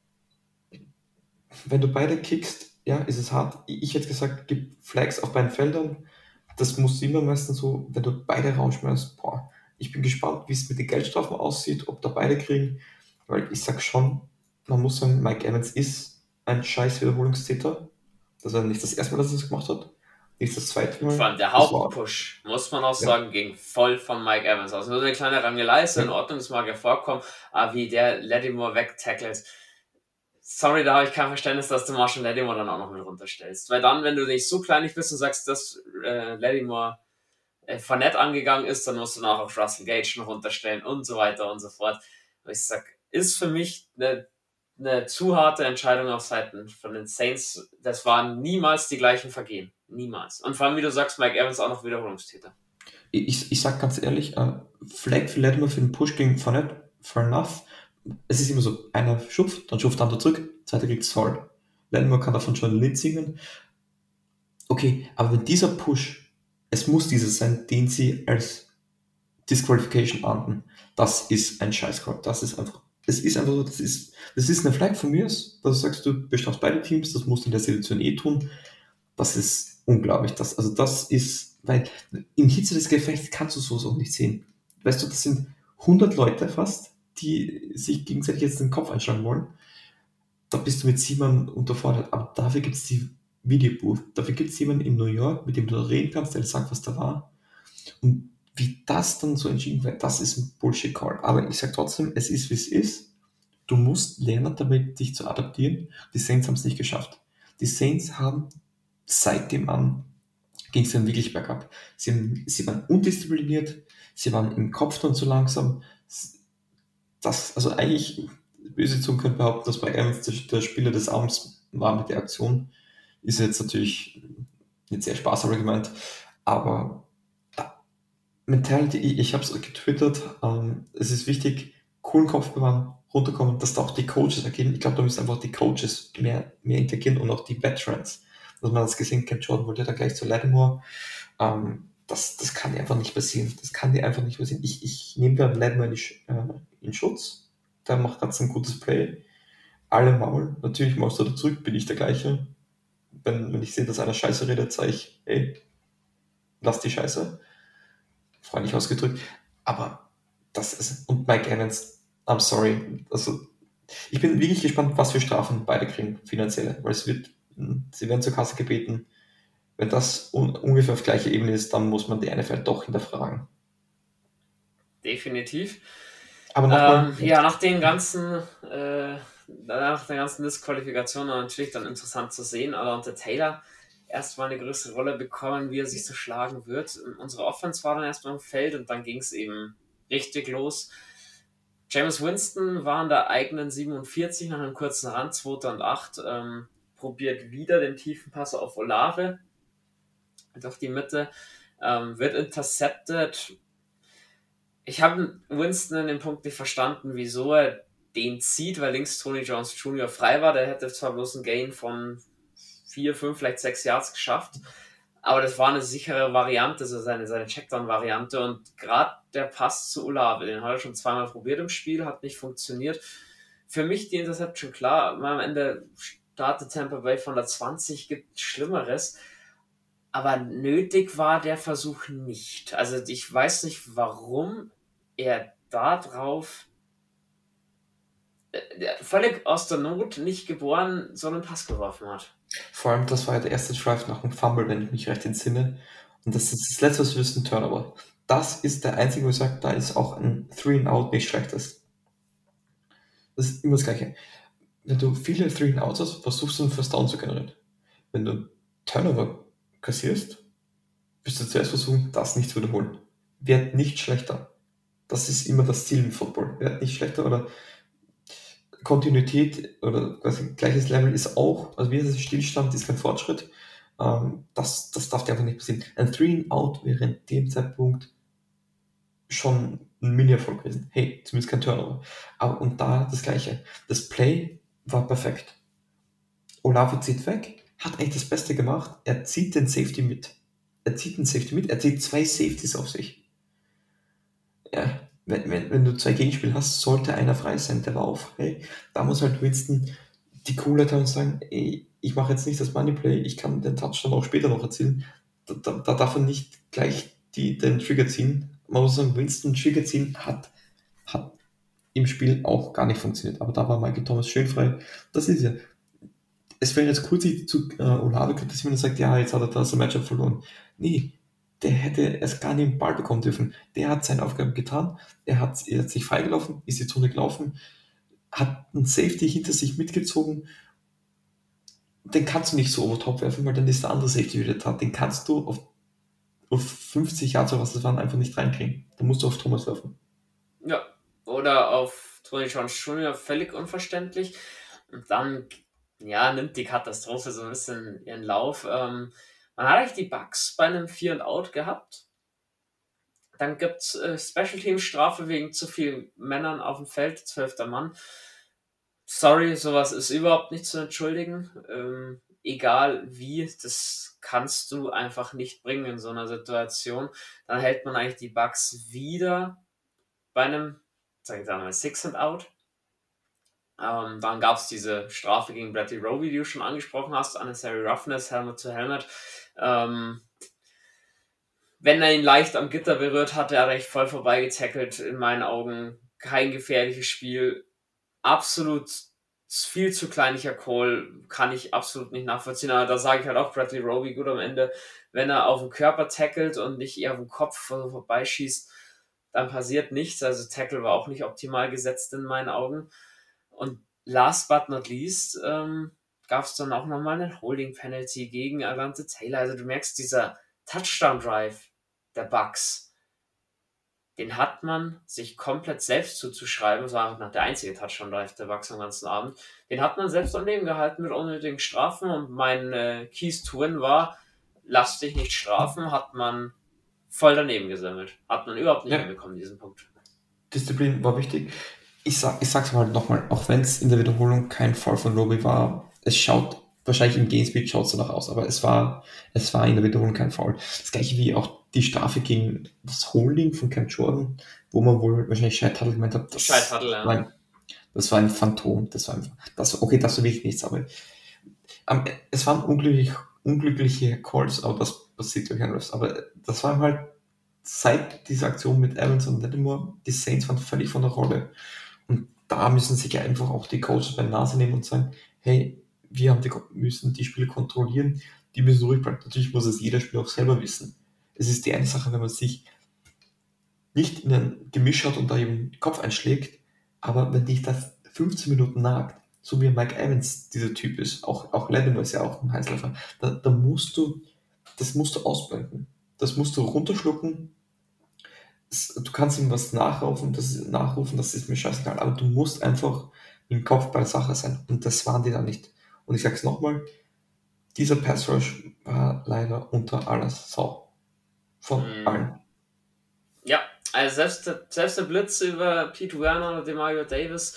wenn du beide kickst, ja, ist es hart. Ich hätte gesagt, gib Flags auf beiden Feldern. Das muss immer meistens so, wenn du beide rausschmeißt, boah, ich bin gespannt, wie es mit den Geldstrafen aussieht, ob da beide kriegen. Weil ich sag schon, man muss sagen, Mike Evans ist ein scheiß Wiederholungstäter. Das war nicht das erste Mal, dass er das gemacht hat. Nicht das zweite Und vor Mal. allem der Das war, Hauptpush, muss man auch ja, sagen, ging voll von Mike Evans aus. Nur eine kleine Rangelei ist ja, in Ordnung, das mag ja vorkommen, aber wie der Lattimore wegtackelt, sorry, da habe ich kein Verständnis, dass du Marshall Lattimore dann auch noch mit runterstellst. Weil dann, wenn du nicht so kleinlich bist und sagst, dass äh, Lattimore äh, Fournette angegangen ist, dann musst du dann auch Russell Gage noch runterstellen und so weiter und so fort. Und ich sag, ist für mich eine, eine zu harte Entscheidung auf Seiten von den Saints. Das waren niemals die gleichen Vergehen. Niemals. Und vor allem, wie du sagst, Mike Evans auch noch Wiederholungstäter. ich, ich sag ganz ehrlich, äh, Flag für Latimer für den Push gegen Fournette, fair enough. Es ist immer so, einer schupft, dann schupft der andere zurück, zweiter kriegt Foul. Latimer kann davon schon ein Lied singen. Okay, aber wenn dieser Push, es muss dieser sein, den sie als Disqualification ahnden, das ist ein Scheißcall. Das ist einfach, es ist einfach so, das ist, das ist eine Flag von mir, dass du sagst, du bestrafst beide Teams, das musst du in der Situation eh tun. Das ist unglaublich. Das, also das ist, weil im Hitze des Gefechts kannst du sowas auch nicht sehen. Weißt du, das sind hundert Leute fast, die sich gegenseitig jetzt den Kopf einschlagen wollen. Da bist du mit Simon unterfordert. Aber dafür gibt es die Videobooth. Dafür gibt es jemanden in New York, mit dem du reden kannst, der dir sagt, was da war. Und wie das dann so entschieden wird, das ist ein Bullshit-Call. Aber ich sage trotzdem, es ist, wie es ist. Du musst lernen, damit dich zu adaptieren. Die Saints haben es nicht geschafft. Die Saints haben seitdem an ging es dann wirklich bergab. Sie, haben, sie waren undiszipliniert, sie waren im Kopf dann zu langsam. Das, also eigentlich, böse Zungen können behaupten, dass Mike Evans der, der Spieler des Abends war mit der Aktion. Ist jetzt natürlich nicht sehr spaßhaft gemeint, aber da, Mentality, ich, ich habe es getwittert, ähm, es ist wichtig, coolen Kopf bewahren, runterkommen, dass da auch die Coaches ergeben. Ich glaube, da müssen einfach die Coaches mehr, mehr interagieren und auch die Veterans. Dass man das gesehen, Cam Jordan wollte da gleich zu Lattimore. Ähm, das, das kann dir einfach nicht passieren. Das kann dir einfach nicht passieren. Ich, ich nehme da Lattimore in, äh, in Schutz. Der macht ganz ein gutes Play. Alle Maul. Natürlich machst du da zurück, bin ich der gleiche. Wenn, wenn ich sehe, dass einer Scheiße redet, sage ich, ey, lass die Scheiße. Freundlich ausgedrückt. Aber das ist, und Mike Evans, I'm sorry. Also, ich bin wirklich gespannt, was für Strafen beide kriegen, finanzielle. Weil es wird, sie werden zur Kasse gebeten. Wenn das un ungefähr auf gleicher Ebene ist, dann muss man die N F L doch hinterfragen. Definitiv. Aber nochmal, Ähm, ja, nach den ganzen, äh, nach der ganzen Disqualifikation war natürlich dann interessant zu sehen, aber unter Taylor erstmal eine größere Rolle bekommen, wie er sich so schlagen wird. Unsere Offense war dann erstmal im Feld und dann ging es eben richtig los. Jameis Winston war an der eigenen siebenundvierzig nach einem kurzen Rand, zweiter und acht, ähm, probiert wieder den tiefen Pass auf Olave durch die Mitte, ähm, wird intercepted. Ich habe Winston in dem Punkt nicht verstanden, wieso er den zieht, weil links Tony Jones Junior frei war. Der hätte zwar bloß einen Gain von vier, fünf, vielleicht sechs Yards geschafft, aber das war eine sichere Variante, so seine, seine Checkdown-Variante. Und gerade der Pass zu Olave, den hat er schon zweimal probiert im Spiel, hat nicht funktioniert. Für mich die Interception klar, am Ende startet Tampa Bay von der zwanzig, gibt Schlimmeres. Aber nötig war der Versuch nicht. Also ich weiß nicht, warum er da drauf der völlig aus der Not, nicht geboren, so einen Pass geworfen hat. Vor allem, das war ja der erste Drive nach dem Fumble, wenn ich mich recht entsinne. Und das ist das letzte, was wir wissen, Turnover. Das ist der einzige, wo ich sage, da ist auch ein Three and Out nicht schlechtes. Das ist immer das Gleiche. Wenn du viele Three and Outs hast, versuchst du einen First Down zu generieren. Wenn du Turnover kassierst, wirst du zuerst versuchen, das nicht zu wiederholen. Wird nicht schlechter. Das ist immer das Ziel im Football. Wird nicht schlechter oder Kontinuität oder quasi gleiches Level ist auch, also wie es Stillstand ist kein Fortschritt. Ähm, das, das darf dir einfach nicht passieren. Ein Three and Out wäre in dem Zeitpunkt schon ein Mini-Erfolg gewesen. Hey, zumindest kein Turnover. Aber und da das Gleiche. Das Play war perfekt. Olave zieht weg, hat eigentlich das Beste gemacht. Er zieht den Safety mit. Er zieht den Safety mit. Er zieht zwei Safeties auf sich. Ja, wenn, wenn, wenn du zwei Gegenspiele hast, sollte einer frei sein. Der war auch frei. Da muss halt Winston die Coolheit haben und sagen, ey, ich mache jetzt nicht das Moneyplay, ich kann den Touchdown auch später noch erzielen. Da, da, da darf er nicht gleich die, den Trigger ziehen. Man muss sagen, Winston Trigger ziehen hat, hat im Spiel auch gar nicht funktioniert. Aber da war Michael Thomas schön frei. Das ist ja. Es wäre jetzt kurz zu äh, Olave kritisieren und sagt, ja, jetzt hat er das Matchup verloren. Nee, der hätte erst gar nicht den Ball bekommen dürfen. Der hat seine Aufgabe getan, er hat, er hat sich freigelaufen, ist die Zone gelaufen, hat einen Safety hinter sich mitgezogen. Den kannst du nicht so over top werfen, weil dann ist der andere Safety wieder da. Den kannst du auf, auf fünfzig Yards oder was das waren, einfach nicht reinkriegen. Da musst du auf Thomas werfen. Ja, oder auf Tony Jones Junior völlig unverständlich. Und dann, ja, nimmt die Katastrophe so ein bisschen ihren Lauf. Ähm, man hat eigentlich die Bucks bei einem Vier and Out gehabt. Dann gibt es äh, Special Teams Strafe wegen zu vielen Männern auf dem Feld, zwölfter Mann. Sorry, sowas ist überhaupt nicht zu entschuldigen. Ähm, egal wie, das kannst du einfach nicht bringen in so einer Situation. Dann hält man eigentlich die Bucks wieder bei einem, sag ich mal, Six and Out. Ähm, dann gab es diese Strafe gegen Bradley Roby, die du schon angesprochen hast, Unnecessary Roughness, Helmet to Helmet. Ähm, wenn er ihn leicht am Gitter berührt hat, er hat echt voll vorbei getackelt, in meinen Augen. Kein gefährliches Spiel. Absolut viel zu kleinlicher Call, kann ich absolut nicht nachvollziehen. Aber da sage ich halt auch Bradley Roby gut am Ende, wenn er auf den Körper tackelt und nicht eher auf den Kopf vorbeischießt, dann passiert nichts. Also Tackle war auch nicht optimal gesetzt in meinen Augen. Und last but not least ähm, gab es dann auch nochmal eine Holding-Penalty gegen Alante Taylor. Also du merkst, dieser Touchdown-Drive der Bucks, den hat man sich komplett selbst zuzuschreiben. Das war noch der einzige Touchdown-Drive der Bucks am ganzen Abend. Den hat man selbst am Leben gehalten mit unnötigen Strafen. Und mein äh, Keys to Win war, lass dich nicht strafen, hat man voll daneben gesammelt. Hat man überhaupt nicht Ja. hinbekommen, diesen Punkt. Disziplin war wichtig. Ich, sag, ich sag's mal nochmal, auch wenn es in der Wiederholung kein Fall von Roby war, es schaut, wahrscheinlich im Gamespeed schaut es danach aus, aber es war, es war in der Wiederholung kein Foul. Das gleiche wie auch die Strafe gegen das Holding von Cam Jordan, wo man wohl wahrscheinlich Shai Tuttle gemeint hat, das, Shai Tuttle, ja. war ein, das war ein Phantom. Das war einfach, das, okay, das war wirklich nichts, aber um, es waren unglücklich, unglückliche Calls, aber das passiert durch ein Refs. Aber das war halt seit dieser Aktion mit Evans und Lattimore, die Saints waren völlig von der Rolle. Und da müssen sich einfach auch die Coaches bei der Nase nehmen und sagen, hey, wir haben die, müssen die Spiele kontrollieren, die müssen ruhig bleiben. Natürlich muss es jeder Spieler auch selber wissen. Es ist die eine Sache, wenn man sich nicht in ein Gemisch hat und da eben den Kopf einschlägt, aber wenn dich das fünfzehn Minuten nagt, so wie Mike Evans dieser Typ ist, auch, auch Lattimore ist ja auch ein Heißläufer, da, da musst du, das musst du ausblenden. Das musst du runterschlucken. Du kannst ihm was nachrufen, das, nachrufen, das ist mir scheißegal, aber du musst einfach im Kopf bei der Sache sein. Und das waren die da nicht. Und ich sag's nochmal, dieser Pass Rush war leider unter aller Sau. Von Mhm. allen. Ja, also selbst der, selbst der Blitz über Pete Werner oder Demario Davis,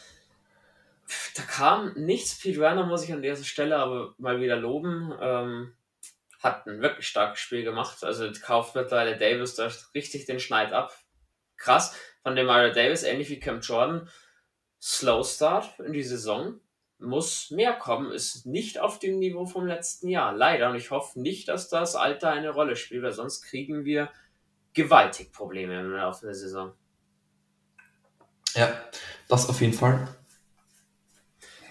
da kam nichts. Pete Werner muss ich an dieser Stelle aber mal wieder loben. Ähm, hat ein wirklich starkes Spiel gemacht. Also kauft mittlerweile Davis da richtig den Schneid ab. Krass. Von Demario Davis, ähnlich wie Cam Jordan, Slow Start in die Saison. Muss mehr kommen, ist nicht auf dem Niveau vom letzten Jahr. Leider. Und ich hoffe nicht, dass das Alter eine Rolle spielt, weil sonst kriegen wir gewaltig Probleme im Laufe der Saison. Ja, das auf jeden Fall.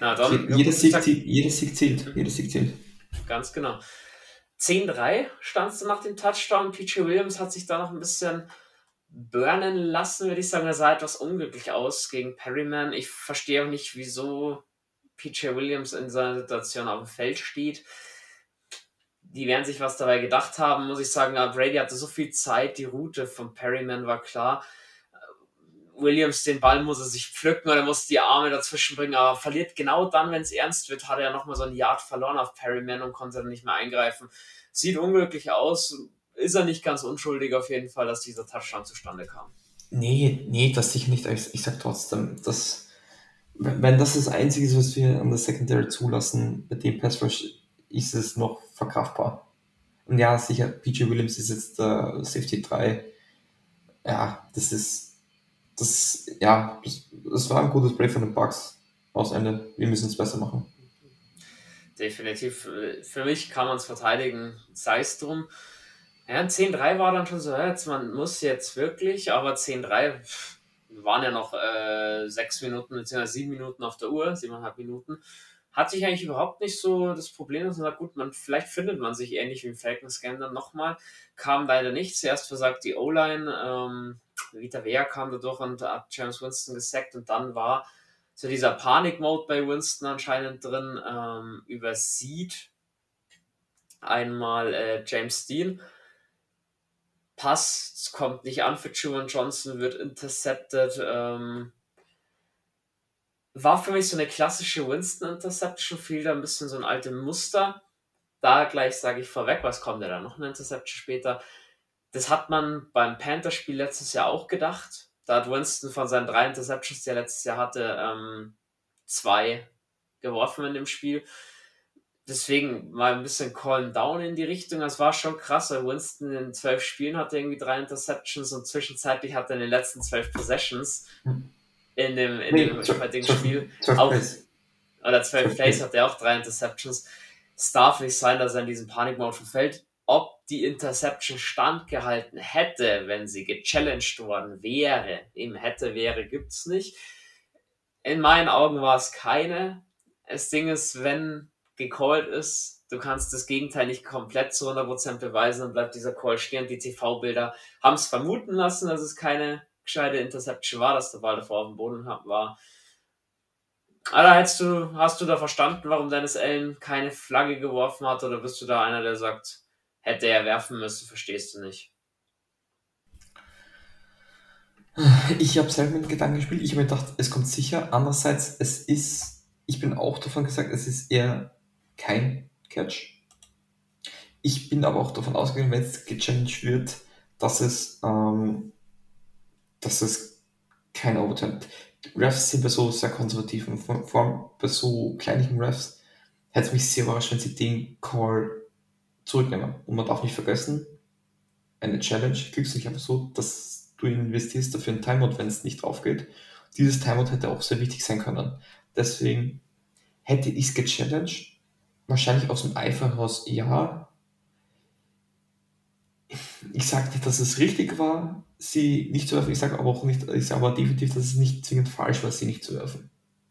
Na Je, dann, ja jeder gut, ich Sieg, sag, zählt- jeder Sieg zählt. mhm, Jeder Sieg zählt. ganz genau. zehn drei stand es nach dem Touchdown. P J Williams hat sich da noch ein bisschen burnen lassen, würde ich sagen. Er sah etwas unglücklich aus gegen Perryman. Ich verstehe auch nicht, wieso P J Williams in seiner Situation auf dem Feld steht. Die werden sich was dabei gedacht haben, muss ich sagen. Brady hatte so viel Zeit, die Route von Perryman war klar. Williams, den Ball muss er sich pflücken oder muss die Arme dazwischen bringen, aber verliert genau dann, wenn es ernst wird, hat er ja nochmal so ein Yard verloren auf Perryman und konnte dann nicht mehr eingreifen. Sieht unglücklich aus, ist er nicht ganz unschuldig auf jeden Fall, dass dieser Touchdown zustande kam. Nee, nee, das sicher nicht. Ich, ich sag trotzdem, dass, wenn das das Einzige ist, was wir an der Secondary zulassen, bei dem Pass Rush, ist es noch verkraftbar. Und ja, sicher, P J Williams ist jetzt der Safety drei. Ja, das ist, das, ja, das, das war ein gutes Play von den Bucks. Aus Ende. Wir müssen es besser machen. Definitiv. Für mich kann man es verteidigen, sei es drum. Ja, zehn drei war dann schon so, ja, jetzt, man muss jetzt wirklich, aber zehn drei waren ja noch äh, sechs Minuten bzw. sieben Minuten auf der Uhr, siebeneinhalb Minuten. Hatte ich eigentlich überhaupt nicht so das Problem, dass man sagt, gut, man, vielleicht findet man sich ähnlich wie im Falcons-Game dann nochmal. Kam leider nicht. Zuerst versagt die O-Line, ähm, Vita Vea kam dadurch und hat James Winston gesackt und dann war so dieser Panik-Mode bei Winston anscheinend drin, ähm, übersieht einmal äh, James Dean. Pass kommt nicht an für Juwan Johnson, wird intercepted. Ähm, war für mich so eine klassische Winston-Interception, fiel da ein bisschen so ein altes Muster. Da gleich sage ich vorweg, was kommt denn da noch eine Interception später? Das hat man beim Panther-Spiel letztes Jahr auch gedacht. Da hat Winston von seinen drei Interceptions, die er letztes Jahr hatte, ähm, zwei geworfen in dem Spiel. Deswegen mal ein bisschen calm down in die Richtung. Das war schon krass, weil Winston in zwölf Spielen hatte irgendwie drei Interceptions und zwischenzeitlich hat er in den letzten zwölf Possessions in dem, in Nee, dem zwölf, heutigen zwölf, Spiel zwölf auch, Plays. oder zwölf zwölf Plays Plays. hat er auch drei Interceptions. Es darf nicht sein, dass er in diesem Panikmode verfällt. Ob die Interception standgehalten hätte, wenn sie gechallenged worden wäre, eben hätte, wäre, gibt's nicht. In meinen Augen war es keine. Das Ding ist, wenn gecallt ist, du kannst das Gegenteil nicht komplett zu hundert Prozent beweisen, dann bleibt dieser Call stehen. Die T V-Bilder haben es vermuten lassen, dass es keine gescheite Interception war, dass der Ball davor auf dem Boden war. Aber hättest du, hast du da verstanden, warum Dennis Allen keine Flagge geworfen hat, oder bist du da einer, der sagt, hätte er werfen müssen, verstehst du nicht? Ich habe selber mit dem Gedanken gespielt. Ich habe mir gedacht, es kommt sicher. Andererseits, es ist, ich bin auch davon gesagt, es ist eher kein Catch. Ich bin aber auch davon ausgegangen, wenn es gechallenged wird, dass es, ähm, dass es kein Overtime. Refs sind bei so sehr konservativen, vor vor allem bei so kleinlichen Refs, hätte es mich sehr überrascht, wenn sie den Call zurücknehmen. Und man darf nicht vergessen, eine Challenge kriegst du nicht einfach so, dass du investierst dafür ein Timeout, wenn es nicht drauf geht. Dieses Timeout hätte auch sehr wichtig sein können. Deswegen hätte ich es gechallenged. Wahrscheinlich aus dem Eifer heraus ja. Ich sage nicht, dass es richtig war, sie nicht zu werfen. Ich sage aber auch nicht, ich sage aber definitiv, dass es nicht zwingend falsch war, sie nicht zu werfen.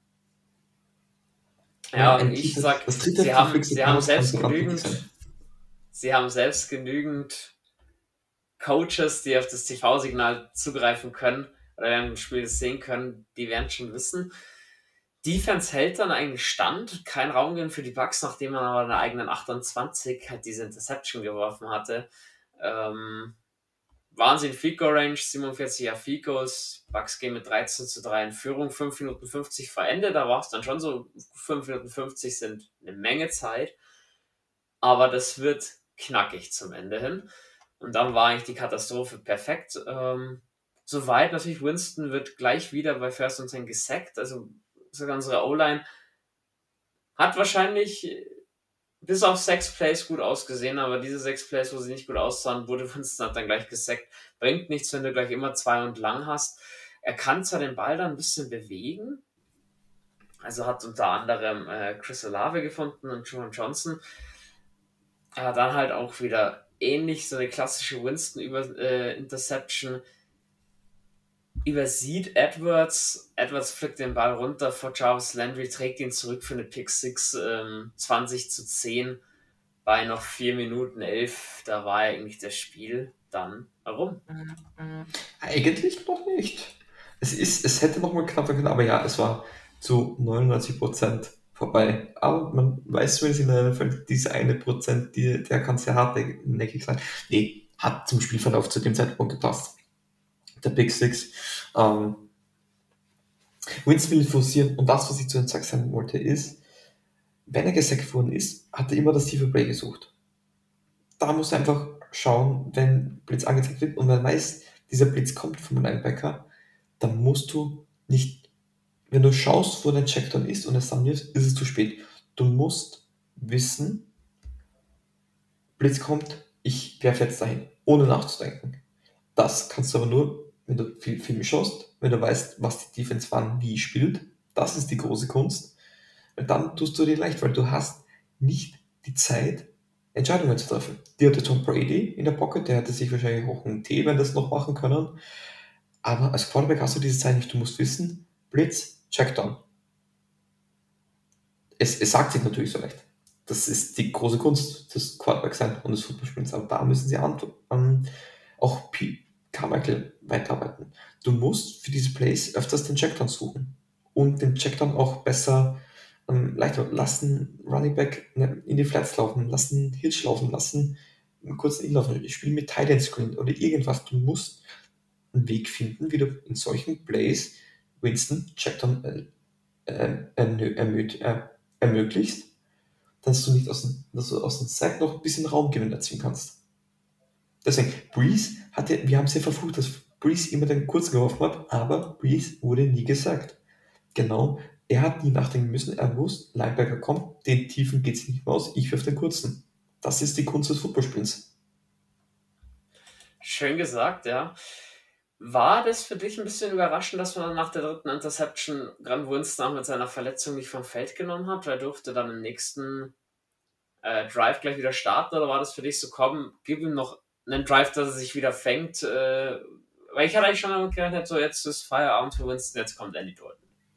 Ja, Ja, und ein ich drittes, sag, das dritte sie haben, verflixte sie haben Timeout kann selbst verdammt wichtig genügend, sein. sie haben selbst genügend Coaches, die auf das T V-Signal zugreifen können oder während dem Spiel das sehen können, die werden schon wissen. Defense hält dann eigentlich stand, kein Raumgewinn für die Bucks, nachdem man aber in der eigenen achtundzwanzig halt diese Interception geworfen hatte. Ähm, Wahnsinn, Field Goal Range, siebenundvierzig Yard Field Goals, Bucks gehen mit dreizehn zu drei in Führung, fünf Minuten fünfzig vor Ende, da war es dann schon so, fünf Minuten fünfzig sind eine Menge Zeit, aber das wird knackig zum Ende hin. Und dann war eigentlich die Katastrophe perfekt. Ähm, soweit natürlich, Winston wird gleich wieder bei First und Ten gesackt, also sogar unsere O-Line hat wahrscheinlich bis auf sechs Plays gut ausgesehen, aber diese sechs Plays, wo sie nicht gut aussahen, wurde Winston hat dann gleich gesackt. Bringt nichts, wenn du gleich immer zwei und lang hast. Er kann zwar den Ball dann ein bisschen bewegen, also hat unter anderem äh, Chris Olave gefunden und Juwan Johnson, aber dann halt auch wieder ähnlich, so eine klassische Winston-Interception. Äh, übersieht Edwards. Edwards fliegt den Ball runter vor Jarvis Landry, trägt ihn zurück für eine Pick six, ähm, zwanzig zu zehn bei noch vier Minuten elf. Da war eigentlich das Spiel dann herum. Eigentlich noch nicht. Es, ist, es hätte noch mal knapper können, aber ja, es war zu neunundneunzig Prozent vorbei. Aber man weiß zumindest in der N F L, diese eine Prozent, die, der kann sehr hartnäckig sein. Nee, hat zum Spielverlauf zu dem Zeitpunkt gepasst. Der Pick Six. Ähm, Winston will forcieren und das, was ich zu den Sack sagen wollte, ist, wenn er gesackt worden ist, hat er immer das tiefe Play gesucht. Da muss er einfach schauen, wenn Blitz angezeigt wird und man weiß, dieser Blitz kommt vom Linebacker, dann musst du nicht, wenn du schaust, wo dein Checkdown ist und es dann wirst, ist es zu spät. Du musst wissen, Blitz kommt, ich werfe jetzt dahin, ohne nachzudenken. Das kannst du aber nur, wenn du viel Filme schaust, wenn du weißt, was die Defense wann wie spielt. Das ist die große Kunst. Und dann tust du dir leicht, weil du hast nicht die Zeit, Entscheidungen zu treffen. Die hatte Tom Brady in der Pocket, der hätte sich wahrscheinlich auch einen Tee, wenn das noch machen können. Aber als Quarterback hast du diese Zeit nicht. Du musst wissen, Blitz, Checkdown. Es, es sagt sich natürlich so leicht. Das ist die große Kunst des Quarterbacks sein und des Footballspiels. Aber da müssen sie an, an auch P. Carmichael weiterarbeiten. Du musst für diese Plays öfters den Checkdown suchen und den Checkdown auch besser ähm, leichter lassen, Running Back ne, in die Flats laufen, lassen Hitch laufen, lassen einen kurzen In laufen, spielen mit Tight End Screen oder irgendwas. Du musst einen Weg finden, wie du in solchen Plays Winston Checkdown äh, äh, ermö- ermö- äh, ermöglichst, dass du nicht aus dem, dass du aus dem Sack noch ein bisschen Raumgewinn erzielen kannst. Deswegen, Breeze hatte, wir haben es ja verflucht, dass Breeze immer den kurzen geworfen hat, aber Breeze wurde nie gesagt. Genau, er hat nie nachdenken müssen, er wusste, Linebacker kommt, den Tiefen geht es nicht mehr aus, ich wirf den kurzen. Das ist die Kunst des Footballspiels. Schön gesagt, ja. War das für dich ein bisschen überraschend, dass man dann nach der dritten Interception Grant Winston auch mit seiner Verletzung nicht vom Feld genommen hat? Weil er durfte dann im nächsten äh, Drive gleich wieder starten, oder war das für dich so, komm, gib ihm noch einen Drive, dass er sich wieder fängt? Äh, weil ich hatte eigentlich schon damit gerechnet, so jetzt ist Feierabend für Winston, jetzt kommt Andy Dalton.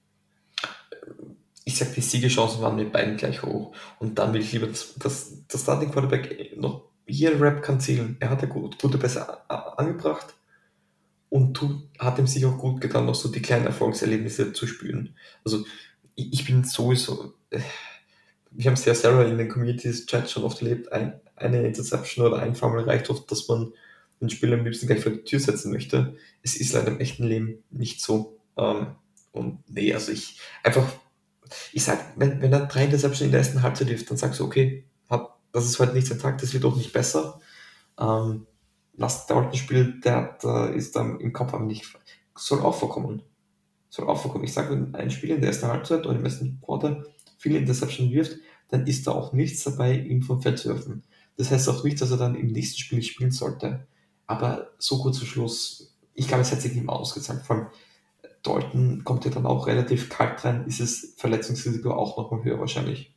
Ich sag, die Siegeschancen waren mit beiden gleich hoch. Und dann will ich lieber, dass, dass der Starting Quarterback noch jeder Rap kann zählen. Er hat ja gut, gute Pässe a- angebracht und tu, hat ihm sich auch gut getan, noch so die kleinen Erfolgserlebnisse zu spüren. Also ich, ich bin sowieso, äh, wir haben es ja selber in den Communities-Chat schon oft erlebt, ein, eine Interception oder ein Fumble reicht oft, dass man den Spieler am liebsten gleich vor die Tür setzen möchte. Es ist leider im echten Leben nicht so. Ähm, und nee, also ich einfach, ich sag, wenn, wenn er drei Interception in der ersten Halbzeit wirft, dann sagst du, okay, hat, das ist heute nicht sein Tag, das wird auch nicht besser. Ähm, Lass Dalton spielen, der, der ist dann im Kopf aber nicht, soll auch vorkommen. Soll auch vorkommen. Ich sage, wenn ein Spieler in der ersten Halbzeit oder im ersten Quarter viele Interception wirft, dann ist da auch nichts dabei, ihn vom Feld zu werfen. Das heißt auch nicht, dass er dann im nächsten Spiel nicht spielen sollte. Aber so kurz zu Schluss, ich glaube, es hat sich nicht mehr ausgezahlt. Vor allem Dalton kommt ja dann auch relativ kalt rein, ist das Verletzungsrisiko auch nochmal höher wahrscheinlich.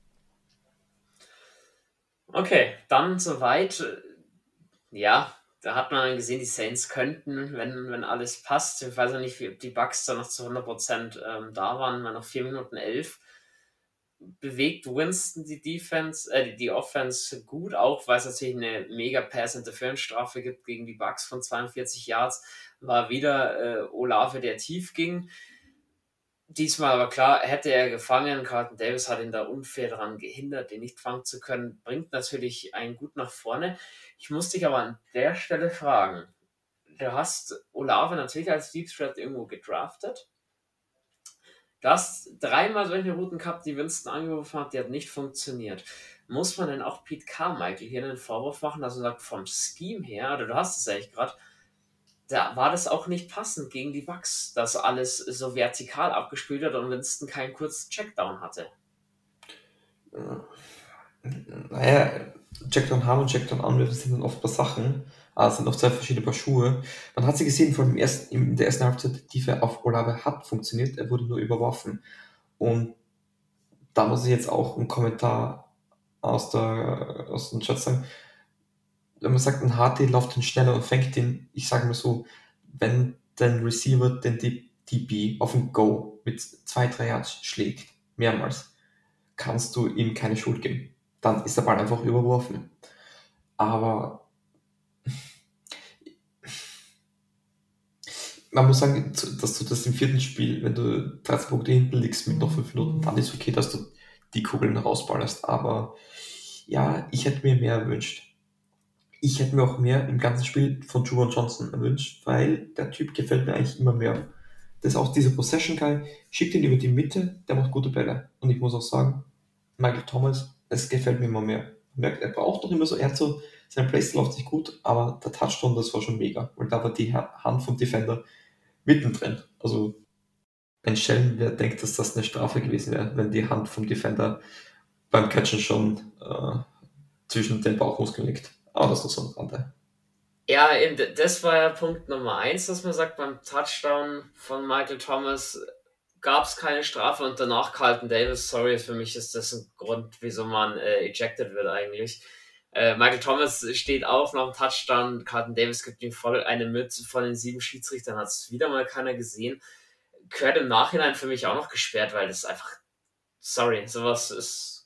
Okay, dann soweit. Ja, da hat man dann gesehen, die Saints könnten, wenn, wenn alles passt, ich weiß noch nicht, wie, ob die Bucks da noch zu hundert Prozent ähm, da waren, mal noch vier Minuten elf, bewegt Winston die Defense, äh, die, die Offense gut, auch weil es natürlich eine mega Pass-Interference-Strafe gibt gegen die Bucks von zweiundvierzig Yards, war wieder äh, Olave, der tief ging. Diesmal aber klar, hätte er gefangen, Carlton Davis hat ihn da unfair daran gehindert, den nicht fangen zu können, bringt natürlich einen gut nach vorne. Ich muss dich aber an der Stelle fragen, du hast Olave natürlich als Deep Threat irgendwo gedraftet. Du hast dreimal solche Routen gehabt, die Winston angerufen hat, die hat nicht funktioniert. Muss man denn auch Pete Carmichael hier einen Vorwurf machen, dass er sagt, vom Scheme her, oder du hast es eigentlich gerade, da war das auch nicht passend gegen die Bucks, dass alles so vertikal abgespielt hat und Winston keinen kurzen Checkdown hatte. Naja, Checkdown haben und Checkdown anwerfen sind dann oft paar Sachen, äh, sind oft zwei verschiedene Paar Schuhe. Man hat sie gesehen, vor allem im ersten, in der ersten Halbzeit, die Tiefe auf Olave hat funktioniert, er wurde nur überworfen. Und da muss ich jetzt auch einen Kommentar aus, der, aus dem Chat sagen. Wenn man sagt, ein H T läuft den schneller und fängt den, ich sage mal so, wenn den Receiver, den D B auf dem Go mit zwei, drei Yards schlägt, mehrmals, kannst du ihm keine Schuld geben. Dann ist der Ball einfach überworfen. Aber man muss sagen, dass du das im vierten Spiel, wenn du dreizehn Punkte hinten liegst mit noch fünf Minuten, dann ist okay, dass du die Kugeln rausballerst. Aber ja, ich hätte mir mehr erwünscht. Ich hätte mir auch mehr im ganzen Spiel von Juwan Johnson erwünscht, weil der Typ gefällt mir eigentlich immer mehr. Das ist auch dieser Possession-Guy, schickt ihn über die Mitte, der macht gute Bälle. Und ich muss auch sagen, Michael Thomas, es gefällt mir immer mehr. Man merkt, er braucht doch immer so, er hat so, sein Playstyle läuft nicht gut, aber der Touchdown, das war schon mega, weil da war die Hand vom Defender mittendrin. Also ein Schelm, wer denkt, dass das eine Strafe gewesen wäre, wenn die Hand vom Defender beim Catchen schon äh, zwischen den Bauchmuskeln liegt. Aber das ist so ein Rande. Ja, eben, das war ja Punkt Nummer eins, dass man sagt, beim Touchdown von Michael Thomas gab es keine Strafe und danach Carlton Davis. Sorry, für mich ist das ein Grund, wieso man äh, ejected wird eigentlich. Äh, Michael Thomas steht auf nach dem Touchdown, Carlton Davis gibt ihm voll eine Mütze von den sieben Schiedsrichtern, hat es wieder mal keiner gesehen. Gehört im Nachhinein für mich auch noch gesperrt, weil das einfach, sorry, sowas ist,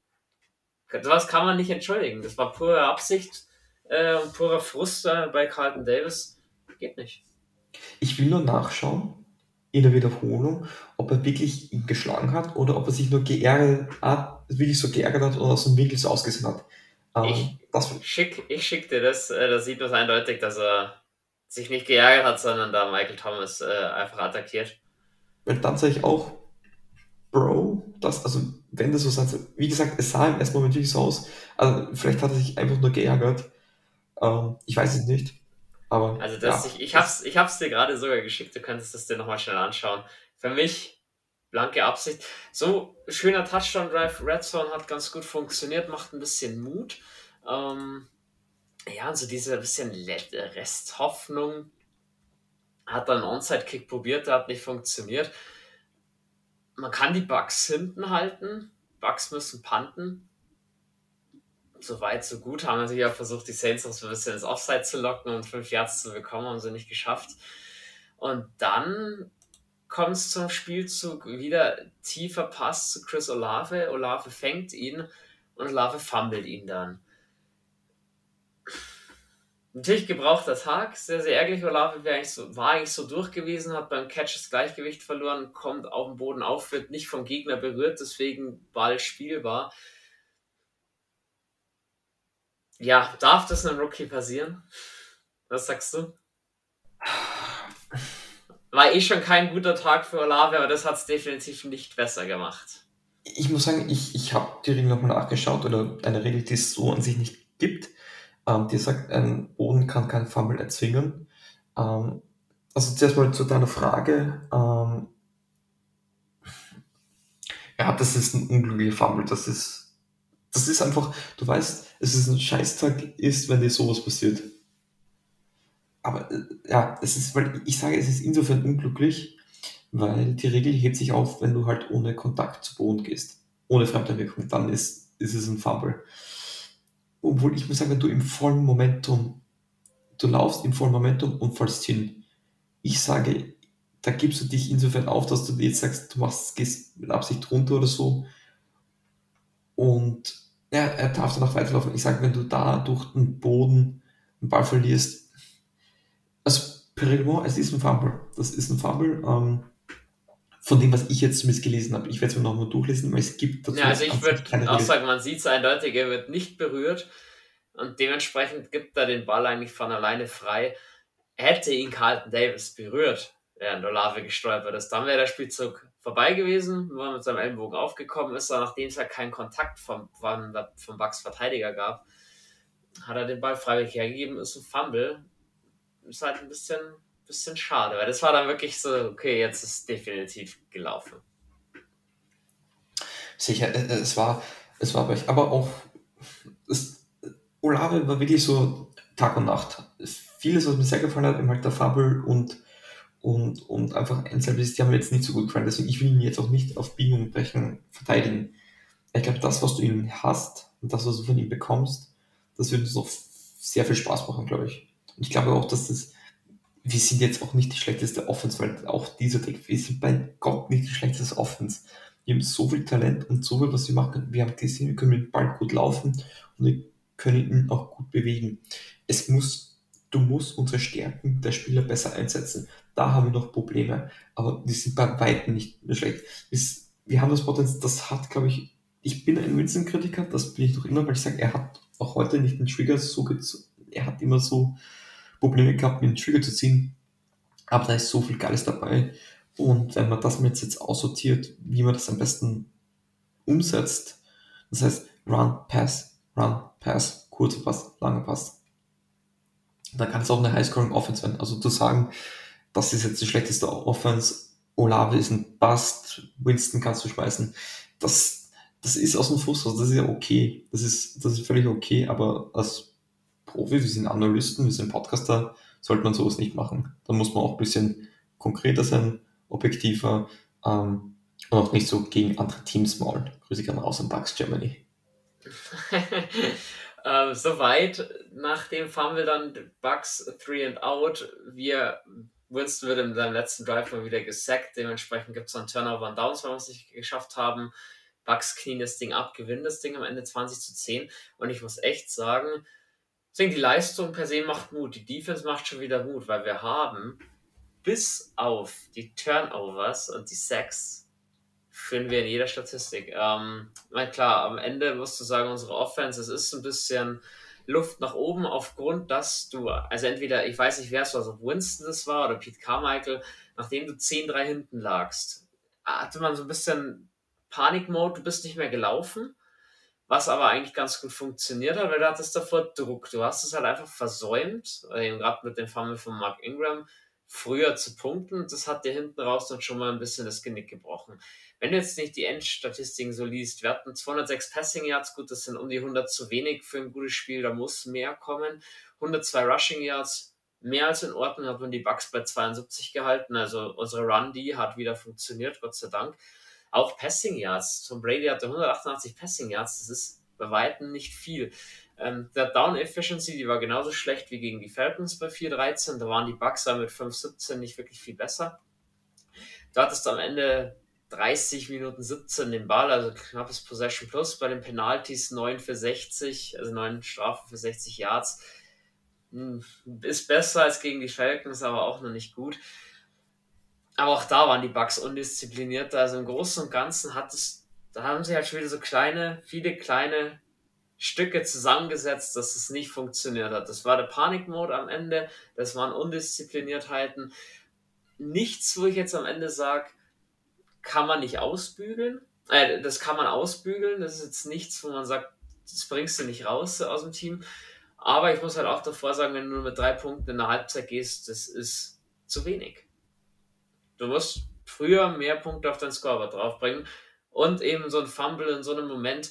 sowas kann man nicht entschuldigen. Das war pure Absicht äh, und purer Frust äh, bei Carlton Davis. Geht nicht. Ich will nur nachschauen, in der Wiederholung, ob er wirklich ihn geschlagen hat oder ob er sich nur geärgert hat, wirklich so geärgert hat oder aus dem Winkel so ausgesehen hat. Ähm, ich, das schick, ich schick dir das, äh, da sieht man eindeutig, dass er sich nicht geärgert hat, sondern da Michael Thomas äh, einfach attackiert. Weil dann sage ich auch, Bro, das, also wenn das so sein soll, wie gesagt, es sah im ersten Moment wirklich so aus, also vielleicht hat er sich einfach nur geärgert, ähm, ich weiß es nicht, aber also das, ja, ich, ich, hab's, ich hab's dir gerade sogar geschickt, du könntest das dir nochmal schnell anschauen. Für mich blanke Absicht. So, schöner Touchdown-Drive, Red Zone hat ganz gut funktioniert, macht ein bisschen Mut. Ähm, ja, und so diese bisschen Resthoffnung. Hat dann einen Onside-Kick probiert, der hat nicht funktioniert. Man kann die Bucks hinten halten. Bucks müssen punten. So weit, so gut. Haben sie ja versucht, die Saints noch so ein bisschen ins Offside zu locken und fünf Yards zu bekommen, haben sie nicht geschafft. Und dann kommt es zum Spielzug, wieder tiefer Pass zu Chris Olave. Olave fängt ihn und Olave fummelt ihn dann. Natürlich gebrauchter Tag, sehr, sehr ärgerlich. Olave war eigentlich, so, war eigentlich so durch gewesen, hat beim Catch das Gleichgewicht verloren, kommt auf den Boden auf, wird nicht vom Gegner berührt, deswegen Ball spielbar. Ja, darf das einem Rookie passieren? Was sagst du? War eh schon kein guter Tag für Olave, aber das hat es definitiv nicht besser gemacht. Ich muss sagen, ich, ich habe die Regel nochmal nachgeschaut, oder eine Regel, die es so an sich nicht gibt. Ähm, die sagt, ein Boden kann kein Fumble erzwingen. Ähm, also zuerst mal zu deiner Frage. Ähm, ja, das ist ein unglücklicher Fumble. Das ist, das ist einfach, du weißt, es ist ein Scheißtag ist, wenn dir sowas passiert. Aber äh, ja, es ist, weil ich sage, es ist insofern unglücklich, weil die Regel hebt sich auf, wenn du halt ohne Kontakt zu Boden gehst. Ohne Fremdeinwirkung. Dann ist, ist es ein Fumble. Obwohl ich muss sagen, wenn du im vollen Momentum, du laufst im vollen Momentum und fällst hin. Ich sage, da gibst du dich insofern auf, dass du jetzt sagst, du machst, gehst mit Absicht runter oder so. Und ja, er darf danach weiterlaufen. Ich sage, wenn du da durch den Boden den Ball verlierst, also per Reglement, es ist ein Fumble. Das ist ein Fumble. Ähm, von dem, was ich jetzt zumindest gelesen habe. Ich werde es mir nochmal durchlesen, weil es gibt dazu... Ja, also ich würde auch sagen, man sieht es eindeutig, er wird nicht berührt und dementsprechend gibt er den Ball eigentlich von alleine frei. Hätte ihn Carlton Davis berührt, während Olave gestolpert ist, dann wäre der Spielzug vorbei gewesen, nur mit seinem Ellenbogen aufgekommen ist, aber nachdem es ja keinen Kontakt vom, vom, vom Bucks Verteidiger gab, hat er den Ball freiwillig hergegeben, ist ein Fumble. Ist halt ein bisschen... bisschen schade, weil das war dann wirklich so, okay, jetzt ist definitiv gelaufen. Sicher, es war, es war aber auch, das, Olave war wirklich so Tag und Nacht. Vieles, was mir sehr gefallen hat, eben halt der Fumble und, und, und einfach Einzelbiss, die haben mir jetzt nicht so gut gefallen, deswegen ich will ihn jetzt auch nicht auf Biegen und Brechen verteidigen. Ich glaube, das, was du ihn hast und das, was du von ihm bekommst, das wird uns noch sehr viel Spaß machen, glaube ich. Und ich glaube auch, dass das wir sind jetzt auch nicht die schlechteste Offense, weil auch dieser Deck, wir sind bei Gott nicht die schlechteste Offense. Wir haben so viel Talent und so viel, was wir machen können. Wir haben gesehen, wir können mit dem Ball gut laufen und wir können ihn auch gut bewegen. Es muss, du musst unsere Stärken der Spieler besser einsetzen. Da haben wir noch Probleme, aber die sind bei weitem nicht mehr schlecht. Es, wir haben das Potenzial, das hat, glaube ich, ich bin ein Winston-Kritiker, das bin ich doch immer, weil ich sage, er hat auch heute nicht den Trigger so gezogen. Er hat immer so Probleme gehabt, mit dem Trigger zu ziehen. Aber da ist so viel Geiles dabei. Und wenn man das jetzt, jetzt aussortiert, wie man das am besten umsetzt, das heißt Run, Pass, Run, Pass, kurzer Pass, langer Pass, dann kann es auch eine High-Scoring-Offense werden. Also zu sagen, das ist jetzt die schlechteste Offense, Olave ist ein Bust, Winston kannst du schmeißen, das, das ist aus dem Fuß, also das ist ja okay. Das ist, das ist völlig okay, aber als Profi, wir sind Analysten, wir sind Podcaster, sollte man sowas nicht machen. Da muss man auch ein bisschen konkreter sein, objektiver ähm, und auch nicht so gegen andere Teams maulen. Grüße gerne raus an Bucks Germany. ähm, soweit, nach dem Fumble dann Bucks three and out. Wir, Winston wird in seinem letzten Drive mal wieder gesackt, dementsprechend gibt es dann Turnover und Downs, weil wir es nicht geschafft haben. Bucks knien das Ding ab, gewinnen das Ding am Ende zwanzig zu zehn und ich muss echt sagen, deswegen die Leistung per se macht Mut, die Defense macht schon wieder Mut, weil wir haben bis auf die Turnovers und die Sacks führen wir in jeder Statistik. Ähm, na klar, am Ende musst du sagen, unsere Offense, es ist ein bisschen Luft nach oben aufgrund, dass du, also entweder, ich weiß nicht, wer es war, ob Winston das war oder Pete Carmichael, nachdem du zehn drei hinten lagst, hatte man so ein bisschen Panik-Mode, du bist nicht mehr gelaufen, was aber eigentlich ganz gut funktioniert hat, weil du hattest davor Druck. Du hast es halt einfach versäumt, eben gerade mit dem Fumble von Mark Ingram, früher zu punkten. Das hat dir hinten raus dann schon mal ein bisschen das Genick gebrochen. Wenn du jetzt nicht die Endstatistiken so liest, wir hatten zweihundertsechs Passing Yards, gut, das sind um die hundert zu wenig für ein gutes Spiel, da muss mehr kommen. hundertzwei Rushing Yards, mehr als in Ordnung, hat man die Bucks bei zweiundsiebzig gehalten, also unsere Run-D hat wieder funktioniert, Gott sei Dank. Auch Passing Yards, Tom Brady hatte hundertachtundachtzig Passing Yards, das ist bei Weitem nicht viel. Ähm, der Down Efficiency, die war genauso schlecht wie gegen die Falcons bei vier dreizehn, da waren die Bucks mit fünf siebzehn nicht wirklich viel besser. Du hattest am Ende dreißig Minuten siebzehn den Ball, also knappes Possession Plus, bei den Penalties neun für sechzig, also neun Strafen für sechzig Yards. Ist besser als gegen die Falcons, aber auch noch nicht gut. Aber auch da waren die Bucks undiszipliniert. Also im Großen und Ganzen hat es, da haben sie halt schon wieder so kleine, viele kleine Stücke zusammengesetzt, dass es nicht funktioniert hat. Das war der Panikmode am Ende, das waren Undiszipliniertheiten. Nichts, wo ich jetzt am Ende sage, kann man nicht ausbügeln. Äh, das kann man ausbügeln, das ist jetzt nichts, wo man sagt, das bringst du nicht raus aus dem Team. Aber ich muss halt auch davor sagen, wenn du nur mit drei Punkten in der Halbzeit gehst, das ist zu wenig. Du musst früher mehr Punkte auf dein Scoreboard draufbringen und eben so ein Fumble in so einem Moment.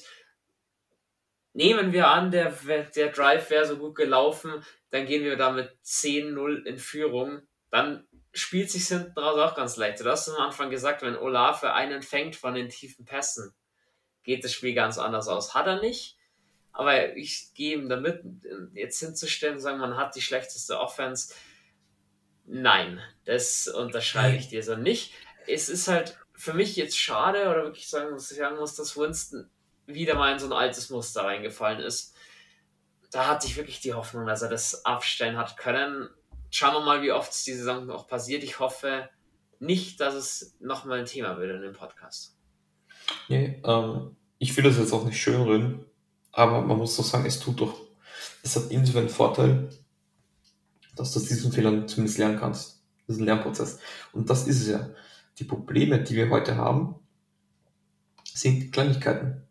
Nehmen wir an, der, der Drive wäre so gut gelaufen, dann gehen wir da mit zehn null in Führung. Dann spielt sich hinten raus auch ganz leicht. Du hast am Anfang gesagt, wenn Olave einen fängt von den tiefen Pässen, geht das Spiel ganz anders aus. Hat er nicht, aber ich gehe ihm damit, jetzt hinzustellen und sagen, man hat die schlechteste Offense. Nein, das unterschreibe ich dir so nicht. Es ist halt für mich jetzt schade, oder wirklich sagen, dass ich sagen muss, dass Winston wieder mal in so ein altes Muster reingefallen ist. Da hatte ich wirklich die Hoffnung, dass er das abstellen hat können. Schauen wir mal, wie oft es diese Saison noch passiert. Ich hoffe nicht, dass es nochmal ein Thema wird in dem Podcast. Nee, ähm, ich will das jetzt auch nicht schönreden, aber man muss doch sagen, es tut doch, es hat insofern einen Vorteil, dass du aus diesen Fehlern zumindest lernen kannst. Das ist ein Lernprozess. Und das ist es ja. Die Probleme, die wir heute haben, sind Kleinigkeiten.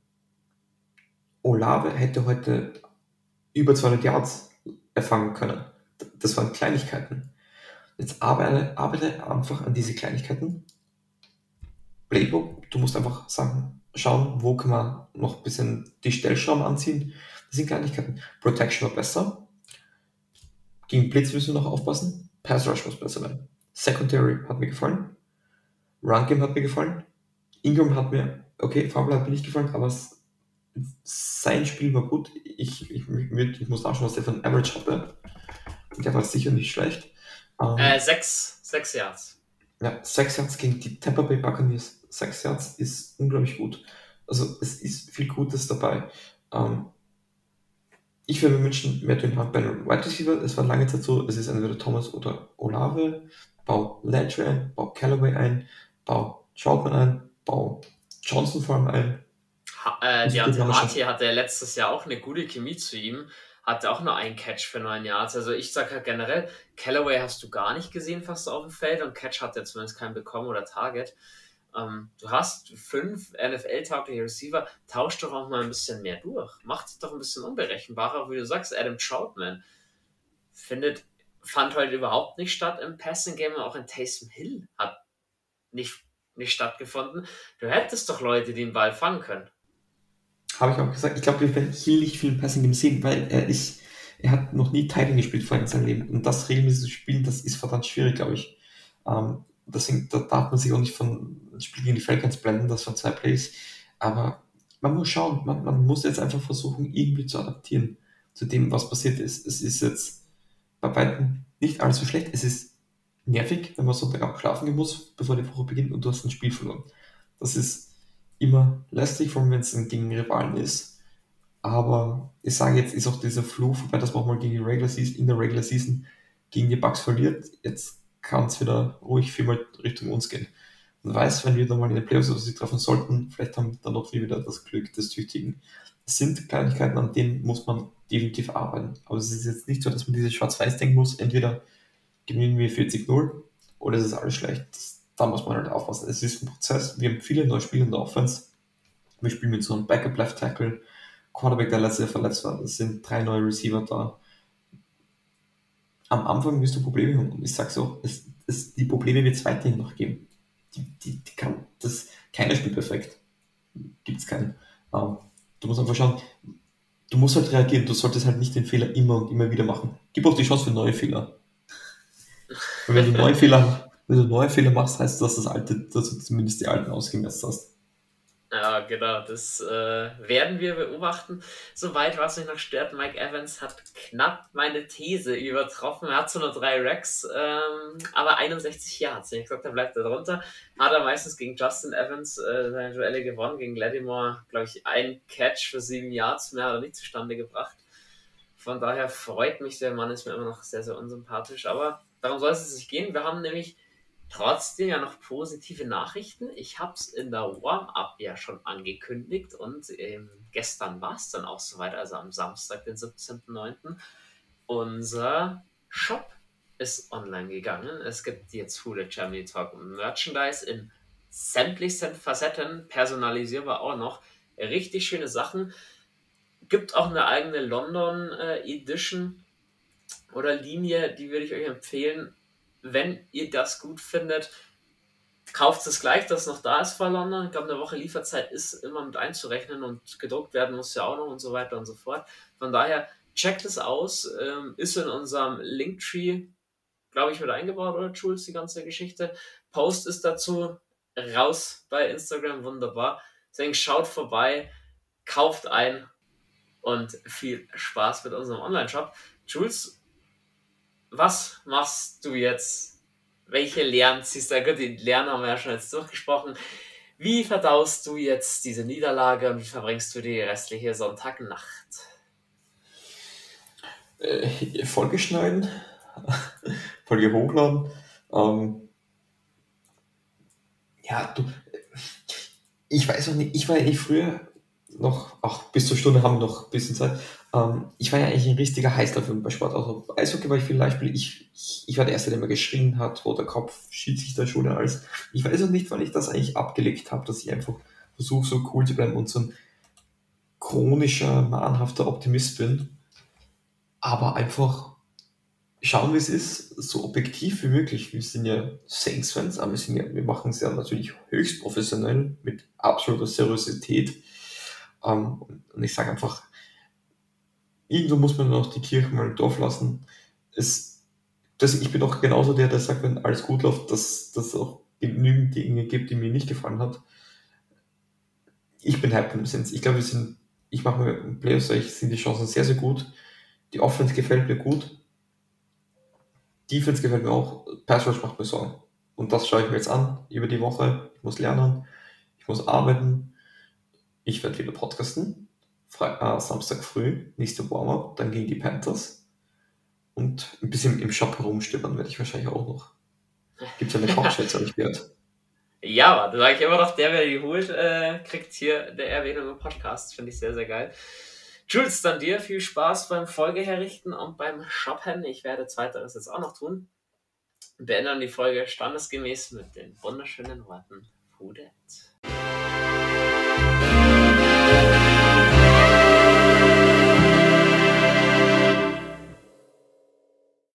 Olave hätte heute über zweihundert Yards erfangen können. Das waren Kleinigkeiten. Jetzt arbeite, arbeite einfach an diese Kleinigkeiten. Playbook, du musst einfach sagen, schauen, wo kann man noch ein bisschen die Stellschrauben anziehen. Das sind Kleinigkeiten. Protection war besser. Gegen Blitz müssen wir noch aufpassen. Pass Rush muss besser werden. Secondary hat mir gefallen. Run Game hat mir gefallen. Ingram hat mir, okay, Fumble hat mir nicht gefallen, aber sein Spiel war gut. Ich, ich, ich, ich muss nachschauen, was der für ein Average hatte. Der war sicher nicht schlecht. Äh, Ähm, sechs, sechs Yards. ja, sechs Yards gegen die Tampa Bay Buccaneers. Sechs Yards ist unglaublich gut. Also es ist viel Gutes dabei. Ähm, ich würde mir wünschen, mehr Dwayne Hunt bei einem Wide Receiver. Es war lange Zeit so, es ist entweder Thomas oder Olave. Bau Landry ein, bau Callaway ein, bau Troutman ein, bau Johnson vor allem ein. Ha äh, Und so geht Deontay man das Harty schaffen. hatte letztes Jahr auch eine gute Chemie zu ihm, hatte auch nur einen Catch für neun Yards. Also ich sage halt generell, Callaway hast du gar nicht gesehen fast auf dem Feld und Catch hat er zumindest keinen bekommen oder Target. Ähm, du hast fünf N F L-taugliche Receiver, tausch doch auch mal ein bisschen mehr durch. Macht es doch ein bisschen unberechenbarer, wie du sagst, Adam Troutman findet, fand heute überhaupt nicht statt im Passing-Game, auch in Taysom Hill hat nicht, nicht stattgefunden. Du hättest doch Leute, die den Ball fangen können. Habe ich auch gesagt. Ich glaube, wir werden hier nicht viel im Passing Game sehen, weil er ist, er hat noch nie Titan gespielt vorher in seinem Leben. Und das regelmäßig zu spielen, das ist verdammt schwierig, glaube ich. Ähm, deswegen da darf man sich auch nicht von Spiel gegen die Falcons blenden, das von zwei Plays. Aber man muss schauen, man, man muss jetzt einfach versuchen, irgendwie zu adaptieren zu dem, was passiert ist. Es ist jetzt bei weitem nicht alles so schlecht. Es ist nervig, wenn man Sonntagabend schlafen gehen muss, bevor die Woche beginnt und du hast ein Spiel verloren. Das ist immer lästig, vor allem wenn es gegen Rivalen ist. Aber ich sage jetzt, ist auch dieser Fluch vorbei, dass man auch mal gegen die Regular Season, in der Regular Season gegen die Bucks verliert. Jetzt kann es wieder ruhig viermal Richtung uns gehen. Man weiß, wenn wir dann mal in den Playoffs oder so treffen sollten, vielleicht haben dann noch wieder das Glück des Tüchtigen. Es sind Kleinigkeiten, an denen muss man definitiv arbeiten. Aber es ist jetzt nicht so, dass man dieses Schwarz-Weiß denken muss, entweder gewinnen wir vierzig null oder es ist alles schlecht. Das, da muss man halt aufpassen. Es ist ein Prozess. Wir haben viele neue Spieler in der Offense. Wir spielen mit so einem Backup Left Tackle, Quarterback, der letztes Jahr verletzt war. Es sind drei neue Receiver da. Am Anfang wirst du Probleme haben. Und ich sage so, es, es, die Probleme wird es weiterhin noch geben. Die, die, die kann, das, keiner spielt perfekt. Gibt es keinen. Ähm, du musst einfach schauen, du musst halt reagieren. Du solltest halt nicht den Fehler immer und immer wieder machen. Gib auch die Chance für neue Fehler. Weil wenn du neue Fehler, wenn du neue Fehler machst, heißt das, dass das alte, dass du zumindest die alten ausgemerzt hast. Ja, genau, das äh, werden wir beobachten. Soweit, was mich noch stört, Mike Evans hat knapp meine These übertroffen. Er hat zwar nur drei Racks, ähm, aber einundsechzig Yards. Wenn ich gesagt habe, bleibt er drunter. Hat er meistens gegen Justin Evans äh, seine Duelle gewonnen. Gegen Lattimore, glaube ich, ein Catch für sieben Yards. Mehr hat er nicht zustande gebracht. Von daher freut mich, der Mann ist mir immer noch sehr, sehr unsympathisch. Aber darum soll es sich gehen. Wir haben nämlich trotzdem ja noch positive Nachrichten. Ich habe es in der Warm-Up ja schon angekündigt und ähm, gestern war es dann auch soweit, also am Samstag, den siebzehnten neunten Unser Shop ist online gegangen. Es gibt jetzt Hule Germany Talk Merchandise in sämtlichsten Facetten, personalisierbar auch noch. Richtig schöne Sachen. Gibt auch eine eigene London äh, Edition oder Linie, die würde ich euch empfehlen. Wenn ihr das gut findet, kauft es gleich, dass es noch da ist vor London. Ich glaube, eine Woche Lieferzeit ist immer mit einzurechnen und gedruckt werden muss ja auch noch und so weiter und so fort. Von daher, checkt es aus. Ähm, ist in unserem Linktree, glaube ich, mit eingebaut, oder Jules, die ganze Geschichte. Post ist dazu raus bei Instagram, wunderbar. Deswegen schaut vorbei, kauft ein und viel Spaß mit unserem Online-Shop. Jules, was machst du jetzt? Welche Lehren ziehst du? Gut, die Lehren haben wir ja schon jetzt durchgesprochen. Wie verdaust du jetzt diese Niederlage und wie verbringst du die restliche Sonntagnacht? Äh, Folge schneiden, Folge hochladen. Ähm, ja, du, ich weiß auch nicht, ich war ja eh früher noch, auch bis zur Stunde haben wir noch ein bisschen Zeit. Ähm, ich war ja eigentlich ein richtiger Heißler bei Sport. Also Eishockey war ich viel Beispiel. Ich, ich, ich war der Erste, der immer geschrien hat, roter Kopf, Schiedsrichter, Schule, alles. Ich weiß auch nicht, wann ich das eigentlich abgelegt habe, dass ich einfach versuche, so cool zu bleiben und so ein chronischer, mahnhafter Optimist bin. Aber einfach schauen, wie es ist, so objektiv wie möglich. Wir sind ja Saints-Fans, aber wir, sind ja, wir machen es ja natürlich höchst professionell, mit absoluter Seriosität. Ähm, und ich sage einfach, irgendwo muss man auch die Kirche mal im Dorf lassen. Es, das, ich bin auch genauso der, der sagt, wenn alles gut läuft, dass dass es auch genügend Dinge gibt, die mir nicht gefallen hat. Ich bin hyped im Sinn. Ich glaube, wir sind, ich mache mir im Playoffs, sind die Chancen sehr, sehr gut. Die Offense gefällt mir gut. Defense gefällt mir auch. Pass Rush macht mir Sorgen. Und das schaue ich mir jetzt an über die Woche. Ich muss lernen, ich muss arbeiten. Ich werde wieder podcasten. Fre äh, Samstag früh, nächste Warm-Up, dann gegen die Panthers. Und ein bisschen im Shop herumstöbern werde ich wahrscheinlich auch noch. Gibt es eine Couch-Chats, habe ich gehört. Ja, aber da sage ich immer noch, der, wer die holt, äh, kriegt hier eine Erwähnung im Podcast. Finde ich sehr, sehr geil. Jules, dann dir viel Spaß beim Folge herrichten und beim Shoppen. Ich werde zweiteres jetzt auch noch tun. Wir beenden die Folge standesgemäß mit den wunderschönen Worten Who Dat?